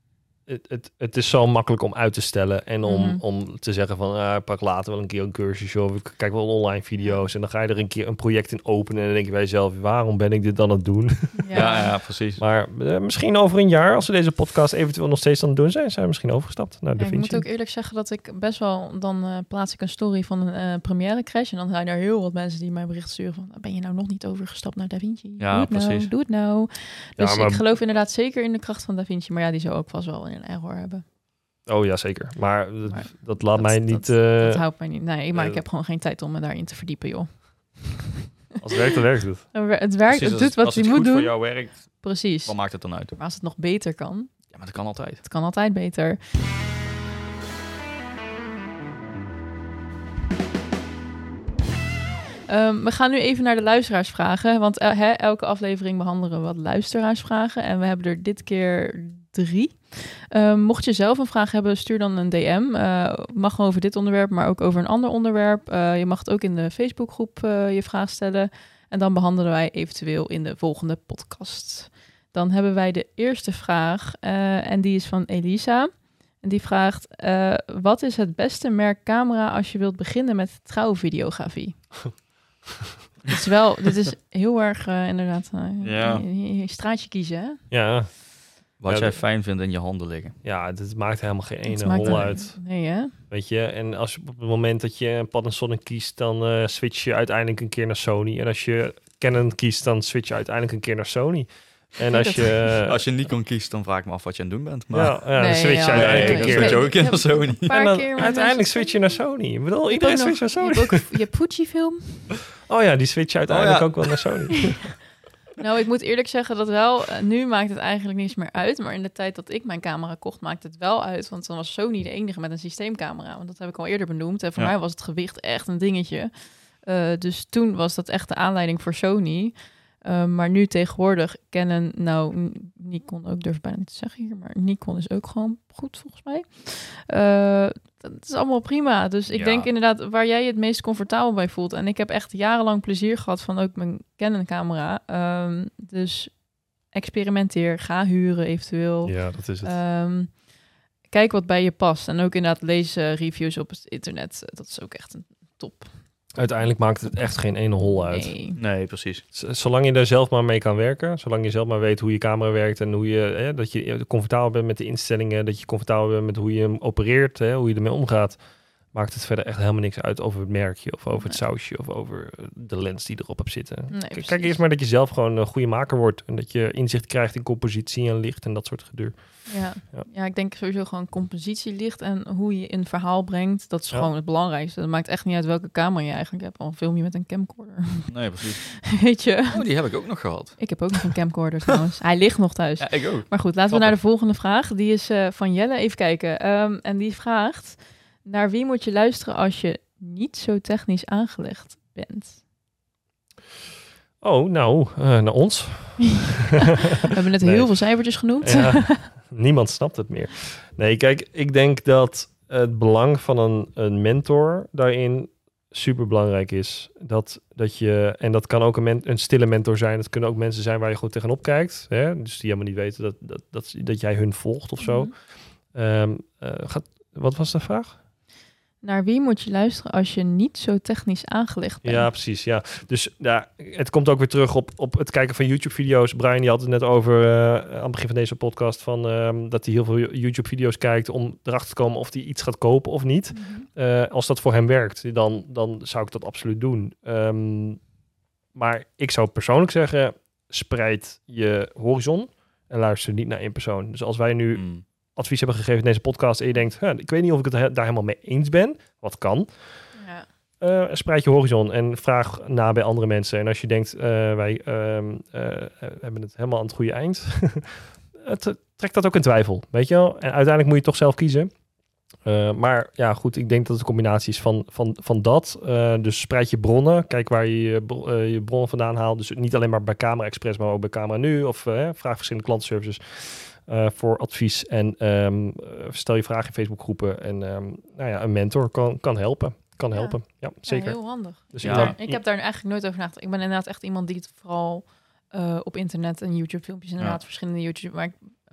het, het, het is zo makkelijk om uit te stellen en om, Mm-hmm. om te zeggen van, ah, pak later wel een keer een cursusje of ik kijk wel online video's en dan ga je er een keer een project in openen en dan denk je bij jezelf, waarom ben ik dit dan aan het doen? Ja. Ja, ja, precies. Maar uh, misschien over een jaar, als we deze podcast eventueel nog steeds aan het doen zijn, zijn we misschien overgestapt naar Ja, ik DaVinci. moet ook eerlijk zeggen dat ik best wel... Dan uh, plaats ik een story van een uh, première crash. En dan zijn er heel wat mensen die mij bericht sturen van... Ben je nou nog niet overgestapt naar DaVinci? Ja, doe het precies. nou, doe het nou. Dus Ja, maar- ik geloof inderdaad zeker in de kracht van DaVinci. Maar ja, die zou ook vast wel een error hebben. Oh ja, zeker. Maar, dat- Maar dat laat dat- mij dat- niet... uh, Dat houdt mij niet... Nee, maar eh, ik heb gewoon geen tijd om me daarin te verdiepen, joh. als het werkt, dan werkt het. Het werkt, Precies, het als doet wat als hij het moet goed doen. voor jou werkt, Precies. dan maakt het dan uit. Maar als het nog beter kan, Ja, maar dat kan altijd. het kan altijd beter. Um, we gaan nu even naar de luisteraarsvragen. Want uh, hè, elke aflevering behandelen we wat luisteraarsvragen. En we hebben er dit keer drie. Um, mocht je zelf een vraag hebben, stuur dan een D M. Uh, mag over dit onderwerp, maar ook over een ander onderwerp. Uh, je mag het ook in de Facebookgroep uh, je vraag stellen. En dan behandelen wij eventueel in de volgende podcast. Dan hebben wij de eerste vraag. Uh, en die is van Elisa. En die vraagt, uh, wat is het beste merk camera als je wilt beginnen met trouwvideografie? Dit is wel, dit is heel erg uh, inderdaad uh, Ja. je, je straatje kiezen, hè? Ja, Wat Ja, jij dat- fijn vindt in je handen liggen. ja, het maakt helemaal geen Het ene maakt hol er- uit. Nee, hè? Weet je, en als je op het moment dat je een Panasonic kiest, dan uh, switch je uiteindelijk een keer naar Sony. En als je Canon kiest, dan switch je uiteindelijk een keer naar Sony. En als je... Als je Nikon kiest, dan vraag ik me af wat je aan het doen bent. Maar ja, ja, dan Nee, switch je ja, uiteindelijk nee, een dan keer. switch je ook een keer Ik naar Sony. Een paar En dan keer met uiteindelijk mensen- switch je naar Sony. Ik bedoel, Je iedereen hebt ook switcht nog- naar Sony. Je hebt ook je hebt Fuji-film. Oh ja, die switch je uiteindelijk Oh ja. ook wel naar Sony. Nou, ik moet eerlijk zeggen dat wel... uh, nu maakt het eigenlijk niets meer uit. Maar in de tijd dat ik mijn camera kocht, maakte het wel uit. Want dan was Sony de enige met een systeemcamera. Want dat heb ik al eerder benoemd. En voor Ja. mij was het gewicht echt een dingetje. Uh, dus toen was dat echt de aanleiding voor Sony. Uh, maar nu tegenwoordig Canon... Nou, N- Nikon ook, durf ik bijna niet te zeggen hier. Maar Nikon is ook gewoon goed, volgens mij. Uh, dat is allemaal prima. Dus ik Ja. denk inderdaad waar jij je het meest comfortabel bij voelt. En ik heb echt jarenlang plezier gehad van ook mijn Canon-camera. Um, dus experimenteer, ga huren eventueel. Ja, dat is het. Um, kijk wat bij je past. En ook inderdaad lees uh, reviews op het internet. Dat is ook echt een top. Uiteindelijk maakt het echt geen ene hol uit. Nee. Nee, precies. Z- Zolang je daar zelf maar mee kan werken, zolang je zelf maar weet hoe je camera werkt en hoe je, hè, dat je comfortabel bent met de instellingen, dat je comfortabel bent met hoe je hem opereert, hè, hoe je ermee omgaat, maakt het verder echt helemaal niks uit over het merkje of over het Nee. sausje of over de lens die erop hebt zitten. Nee, K- precies. Kijk eerst maar dat je zelf gewoon een goede maker wordt en dat je inzicht krijgt in compositie en licht en dat soort geduur. Ja. Ja. Ja, ik denk sowieso gewoon compositie ligt en hoe je een verhaal brengt. Dat is Ja. gewoon het belangrijkste. Dat maakt echt niet uit welke camera je eigenlijk hebt. Al film je met een camcorder. Nee, precies. Weet je? Oh, die heb ik ook nog gehad. Ik heb ook nog een camcorder trouwens. Hij ligt nog thuis. Ja, ik ook. Maar goed, laten we naar de volgende vraag. Die is uh, van Jelle. Even kijken. Um, en die vraagt... Naar wie moet je luisteren als je niet zo technisch aangelegd bent? Oh, nou, uh, naar ons. We hebben net Nee. heel veel cijfertjes genoemd. Ja, niemand snapt het meer. Nee, kijk, ik denk dat het belang van een, een mentor daarin super belangrijk is. Dat, dat je, en dat kan ook een, men, een stille mentor zijn. Het kunnen ook mensen zijn waar je goed tegenop kijkt. Hè? Dus die helemaal niet weten dat, dat, dat, dat jij hun volgt of zo. Mhm. Um, uh, gaat, wat was de vraag? Naar wie moet je luisteren als je niet zo technisch aangelegd bent? Ja, precies. Ja. Dus ja, het komt ook weer terug op, op het kijken van YouTube-video's. Brian die had het net over uh, aan het begin van deze podcast van um, dat hij heel veel YouTube-video's kijkt om erachter te komen of hij iets gaat kopen of niet. Mm-hmm. Uh, als dat voor hem werkt, dan, dan zou ik dat absoluut doen. Um, maar ik zou persoonlijk zeggen, spreid je horizon en luister niet naar één persoon. Dus als wij nu Mm. advies hebben gegeven in deze podcast en je denkt, huh, ik weet niet of ik het he- daar helemaal mee eens ben, wat kan. Ja. Uh, spreid je horizon en vraag na bij andere mensen. En als je denkt, uh, wij um, uh, hebben het helemaal aan het goede eind, het, trek dat ook in twijfel, weet je wel? En uiteindelijk moet je toch zelf kiezen. Uh, maar ja, goed, ik denk dat het een combinatie is van, van, van dat. Uh, dus spreid je bronnen. Kijk waar je je, bro- uh, je bronnen vandaan haalt. Dus niet alleen maar bij Camera Express, maar ook bij Camera Nu. Of uh, vraag verschillende klantenservices uh, voor advies. En um, uh, stel je vragen in Facebookgroepen. En um, nou ja, een mentor kan, kan helpen. Kan Ja. helpen, ja, zeker. Ja, heel handig. Dus Ja. ik Maar denk- ik heb daar eigenlijk nooit over nagedacht. Ik ben inderdaad echt iemand die het vooral uh, op internet en YouTube-filmpjes, inderdaad Ja. verschillende YouTube, maar ik,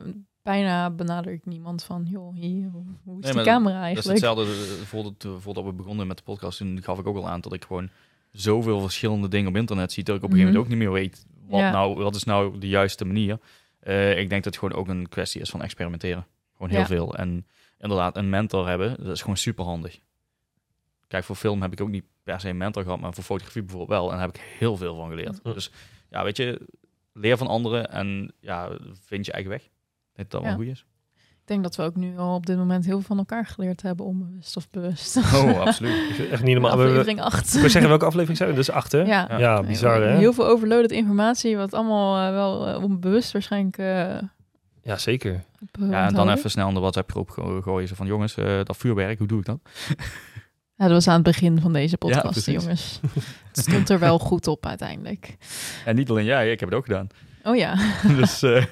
bijna benader ik niemand van, joh, hier, hoe, hoe is Nee, die maar camera Dat is eigenlijk? hetzelfde, eh, voordat, eh, voordat we begonnen met de podcast, toen gaf ik ook al aan dat ik gewoon zoveel verschillende dingen op internet zie, dat ik op een gegeven moment ook niet meer weet, wat, Ja. nou, wat is nou de juiste manier. Uh, ik denk dat het gewoon ook een kwestie is van experimenteren. Gewoon heel Ja. veel. En inderdaad, een mentor hebben, dat is gewoon super handig. Kijk, voor film heb ik ook niet per se een mentor gehad, maar voor fotografie bijvoorbeeld wel. En daar heb ik heel veel van geleerd. Ja. Dus ja, weet je, leer van anderen en ja, vind je eigen weg. Ik denk dat dat Ja. wel goed is. Ik denk dat we ook nu al op dit moment heel veel van elkaar geleerd hebben, onbewust of bewust. Oh, absoluut. Ik vind het echt niet normaal. We- we- Aflevering acht. Ik wil zeggen, welke aflevering zijn we? Dat is acht, hè? Ja. Ja. Ja, bizar, hè? Heel veel overloaded informatie, wat allemaal uh, wel uh, onbewust waarschijnlijk... Uh, Ja, zeker. Ja, en dan even snel in de WhatsApp-groep go- gooien. Zo van, jongens, uh, dat vuurwerk, hoe doe ik dat? Ja, dat was aan het begin van deze Ja, podcast, precies. jongens. Het stond er wel goed op uiteindelijk. En niet alleen jij, ik heb het ook gedaan. Oh ja. Dus uh...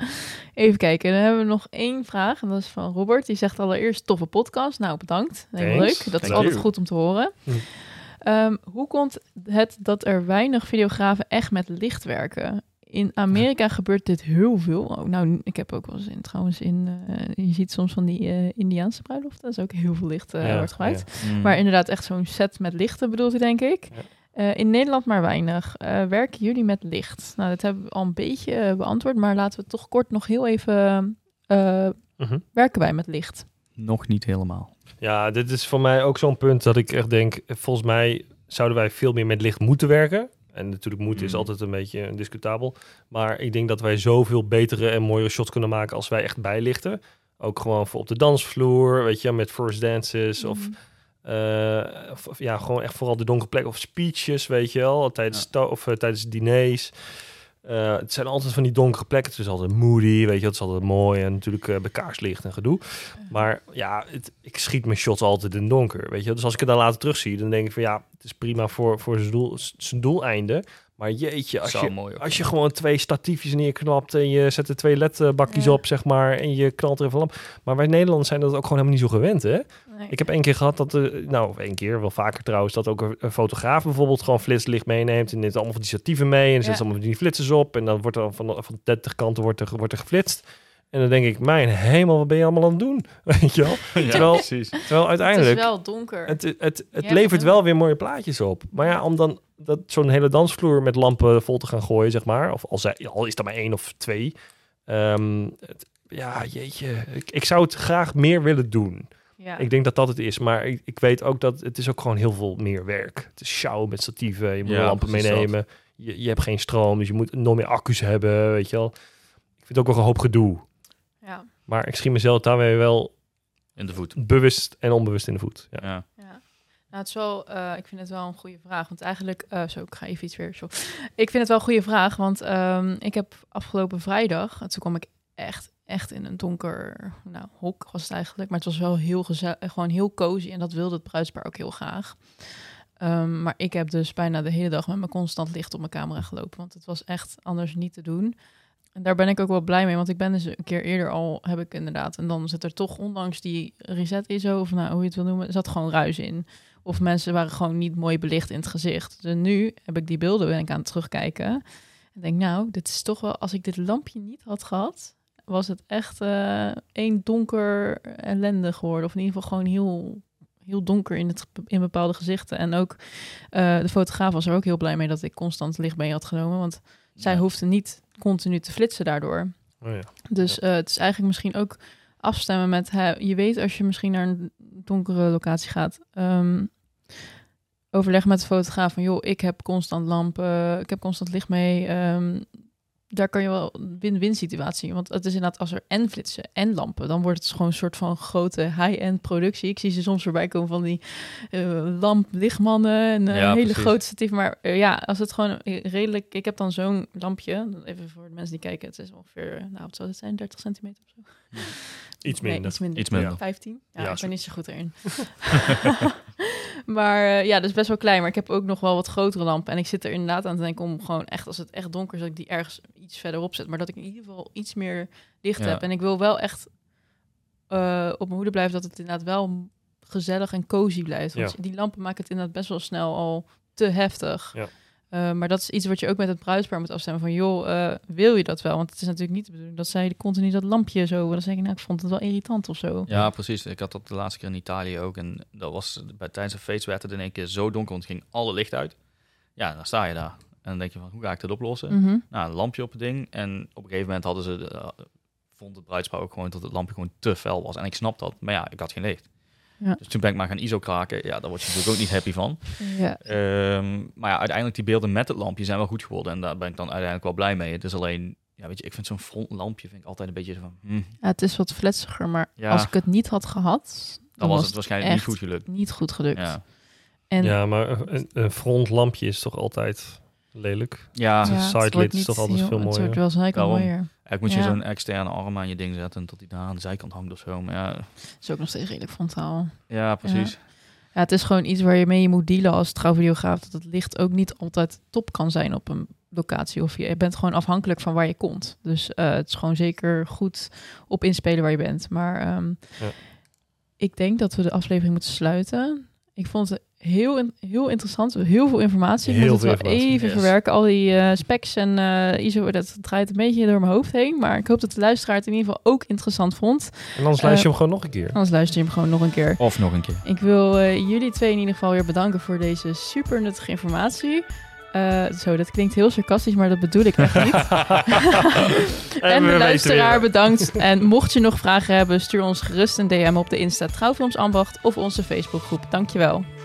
even kijken, dan hebben we nog één vraag. En dat is van Robert. Die zegt allereerst toffe podcast. Nou, bedankt. Heel Thanks. leuk. Dat is Thank altijd you. goed om te horen. Hm. Um, hoe komt het dat er weinig videografen echt met licht werken? In Amerika gebeurt dit heel veel. Oh, nou, ik heb ook wel eens in, trouwens in... Uh, je ziet soms van die uh, Indiaanse bruiloften. Dat is ook heel veel licht uh, Ja, wordt gebruikt. mm. Maar inderdaad echt zo'n set met lichten bedoelt hij, denk ik. Ja. Uh, in Nederland maar weinig. Uh, werken jullie met licht? Nou, dat hebben we al een beetje uh, beantwoord. Maar laten we toch kort nog heel even... Uh, Mm-hmm. werken wij met licht? Nog niet helemaal. Ja, dit is voor mij ook zo'n punt dat ik echt denk... Volgens mij zouden wij veel meer met licht moeten werken. En natuurlijk moeten is Mm. altijd een beetje discutabel. Maar ik denk dat wij zoveel betere en mooiere shots kunnen maken als wij echt bijlichten. Ook gewoon voor op de dansvloer, weet je, met first dances of... Mm. Uh, of, of ja, gewoon echt vooral de donkere plek of speeches, weet je wel, tijdens, Ja. sto- of, uh, tijdens diners. Uh, het zijn altijd van die donkere plekken. Het is altijd moody, weet je, het is altijd mooi en natuurlijk uh, bij kaarslicht en gedoe. Maar ja, het, ik schiet mijn shots altijd in het donker, weet je. Dus als ik het dan later terugzie, dan denk ik van ja, het is prima voor, voor zijn, doel, zijn doeleinde. Maar jeetje, als Zou je, mooi ook als je zijn. gewoon twee statiefjes neerknapt en je zet er twee L E D-bakjes Ja. op, zeg maar, en je knalt er even lamp. Maar wij Nederlanders zijn dat ook gewoon helemaal niet zo gewend, hè? Nee. Ik heb één keer gehad dat, uh, nou, één keer, wel vaker trouwens, dat ook een, een fotograaf bijvoorbeeld gewoon flitslicht meeneemt en neemt allemaal van die statieven mee en dan zet Ja. ze allemaal die flitsers op en dan wordt er van, van dertig kanten wordt er, wordt er geflitst. En dan denk ik, mijn hemel, wat ben je allemaal aan het doen? Weet je wel? Ja, Terwijl- precies. Terwijl Het uiteindelijk, is wel donker. het, het, het, het Ja, levert dat wel weer mooie plaatjes op. Maar ja, om dan dat, zo'n hele dansvloer met lampen vol te gaan gooien, zeg maar. Of al, zij, al is er maar één of twee. Um, het, ja, jeetje. Ik, ik zou het graag meer willen doen. ja. Ik denk dat dat het is. Maar ik, ik weet ook dat het is ook gewoon heel veel meer werk. Het is sjouwen met statieven. Je moet Ja, lampen precies meenemen. Je, je hebt geen stroom, dus je moet nog meer accu's hebben, weet je wel. Ik vind het ook wel een hoop gedoe. ja. Maar ik schiet mezelf daarmee wel In de voet. bewust en onbewust in de voet. Ja. Ja. Ja. Nou, het is wel, uh, ik vind het wel een goede vraag. Want eigenlijk, uh, zo, ik ga even iets weer zo. Ik vind het wel een goede vraag, want um, ik heb afgelopen vrijdag, toen kwam ik echt, echt in een donker, nou, hok was het eigenlijk. Maar het was wel heel gezellig, gewoon heel cozy. En dat wilde het bruidspaar ook heel graag. Um, maar ik heb dus bijna de hele dag met mijn constant licht op mijn camera gelopen. Want het was echt anders niet te doen. En daar ben ik ook wel blij mee, want ik ben dus een keer eerder al, heb ik inderdaad, en dan zit er toch, ondanks die reset I S O, of nou, hoe je het wil noemen, zat gewoon ruis in. Of mensen waren gewoon niet mooi belicht in het gezicht. Dus nu heb ik die beelden, ben ik aan het terugkijken. En denk, nou, dit is toch wel, als ik dit lampje niet had gehad, was het echt uh, één donker ellende geworden. Of in ieder geval gewoon heel, heel donker in, het, in bepaalde gezichten. En ook uh, de fotograaf was er ook heel blij mee dat ik constant licht mee had genomen, want zij Ja. hoefde niet continu te flitsen daardoor. Oh ja. Dus Ja. uh, het is eigenlijk misschien ook afstemmen met... Hè, je weet als je misschien naar een donkere locatie gaat... Um, overleg met de fotograaf van... joh, ik heb constant lampen, ik heb constant licht mee. Um, daar kan je wel een win-win situatie. Want het is inderdaad als er en flitsen en lampen... dan wordt het gewoon een soort van grote high-end productie. Ik zie ze soms voorbij komen van die uh, lamplichtmannen... en uh, Ja, hele precies. grote statief. Maar uh, ja, als het gewoon redelijk... Ik heb dan zo'n lampje... even voor de mensen die kijken... het is ongeveer, nou wat zou het zijn? dertig centimeter of zo? Iets Nee, minder. iets minder. Iets minder. Ja. vijftien? Ja, Ja, ik zo. ben niet zo goed erin. Maar uh, ja, dat is best wel klein. Maar ik heb ook nog wel wat grotere lampen. En ik zit er inderdaad aan te denken om gewoon echt... als het echt donker is, dat ik die ergens iets verderop zet. Maar dat ik in ieder geval iets meer licht Ja. heb. En ik wil wel echt uh, op mijn hoede blijven... dat het inderdaad wel gezellig en cozy blijft. Want Ja. die lampen maken het inderdaad best wel snel al te heftig. Ja. Uh, maar dat is iets wat je ook met het bruidspaar moet afstemmen. Van joh, uh, wil je dat wel? Want het is natuurlijk niet de bedoeling dat zij continu dat lampje zo... Dan zeg ik, nou, ik vond het wel irritant of zo. Ja, precies. Ik had dat de laatste keer in Italië ook. En dat was bij, tijdens een feest werd het in één keer zo donker, want het ging alle licht uit. Ja, dan sta je daar. En dan denk je van, hoe ga ik dit oplossen? Mm-hmm. Nou, een lampje op het ding. En op een gegeven moment hadden ze... Uh, vond het bruidspaar ook gewoon dat het lampje gewoon te fel was. En ik snap dat. Maar ja, ik had geen licht. Ja. Dus toen ben ik maar gaan I S O kraken. Ja, daar word je natuurlijk ook niet happy van. Ja. Um, maar ja, uiteindelijk die beelden met het lampje zijn wel goed geworden. En daar ben ik dan uiteindelijk wel blij mee. Het is alleen, ja, weet je, ik vind zo'n frontlampje vind ik altijd een beetje zo van... Hmm. Ja, het is wat fletsiger, maar ja. als ik het niet had gehad... Dan, dan was het waarschijnlijk niet goed gelukt. Niet goed gelukt. Ja, en, ja maar een, een frontlampje is toch altijd lelijk? Ja, ja sidelid is toch altijd heel, veel mooier. Het wordt wel zeker mooier. Ik moet je ja. zo'n externe arm aan je ding zetten tot die daar aan de zijkant hangt of zo. Maar ja, is ook nog steeds redelijk frontaal. Ja, precies. Ja. Ja, het is gewoon iets waar je mee je moet dealen als trouwvideograaf. Dat het licht ook niet altijd top kan zijn op een locatie. Of je bent gewoon afhankelijk van waar je komt. Dus uh, het is gewoon zeker goed op inspelen waar je bent. Maar um, ja. ik denk dat we de aflevering moeten sluiten. Ik vond het heel, heel interessant. Heel veel informatie. Ik heel moet het wel even yes. verwerken. Al die uh, specs en uh, I S O, dat draait een beetje door mijn hoofd heen. Maar ik hoop dat de luisteraar het in ieder geval ook interessant vond. En anders luister je uh, hem gewoon nog een keer. Anders luister je hem gewoon nog een keer. Of nog een keer. Ik wil uh, jullie twee in ieder geval weer bedanken voor deze super nuttige informatie. Uh, zo, dat klinkt heel sarcastisch, maar dat bedoel ik echt niet. En de luisteraar bedankt. En mocht je nog vragen hebben, stuur ons gerust een D M op de Insta Trouwfilms Ambacht of onze Facebookgroep. Dankjewel.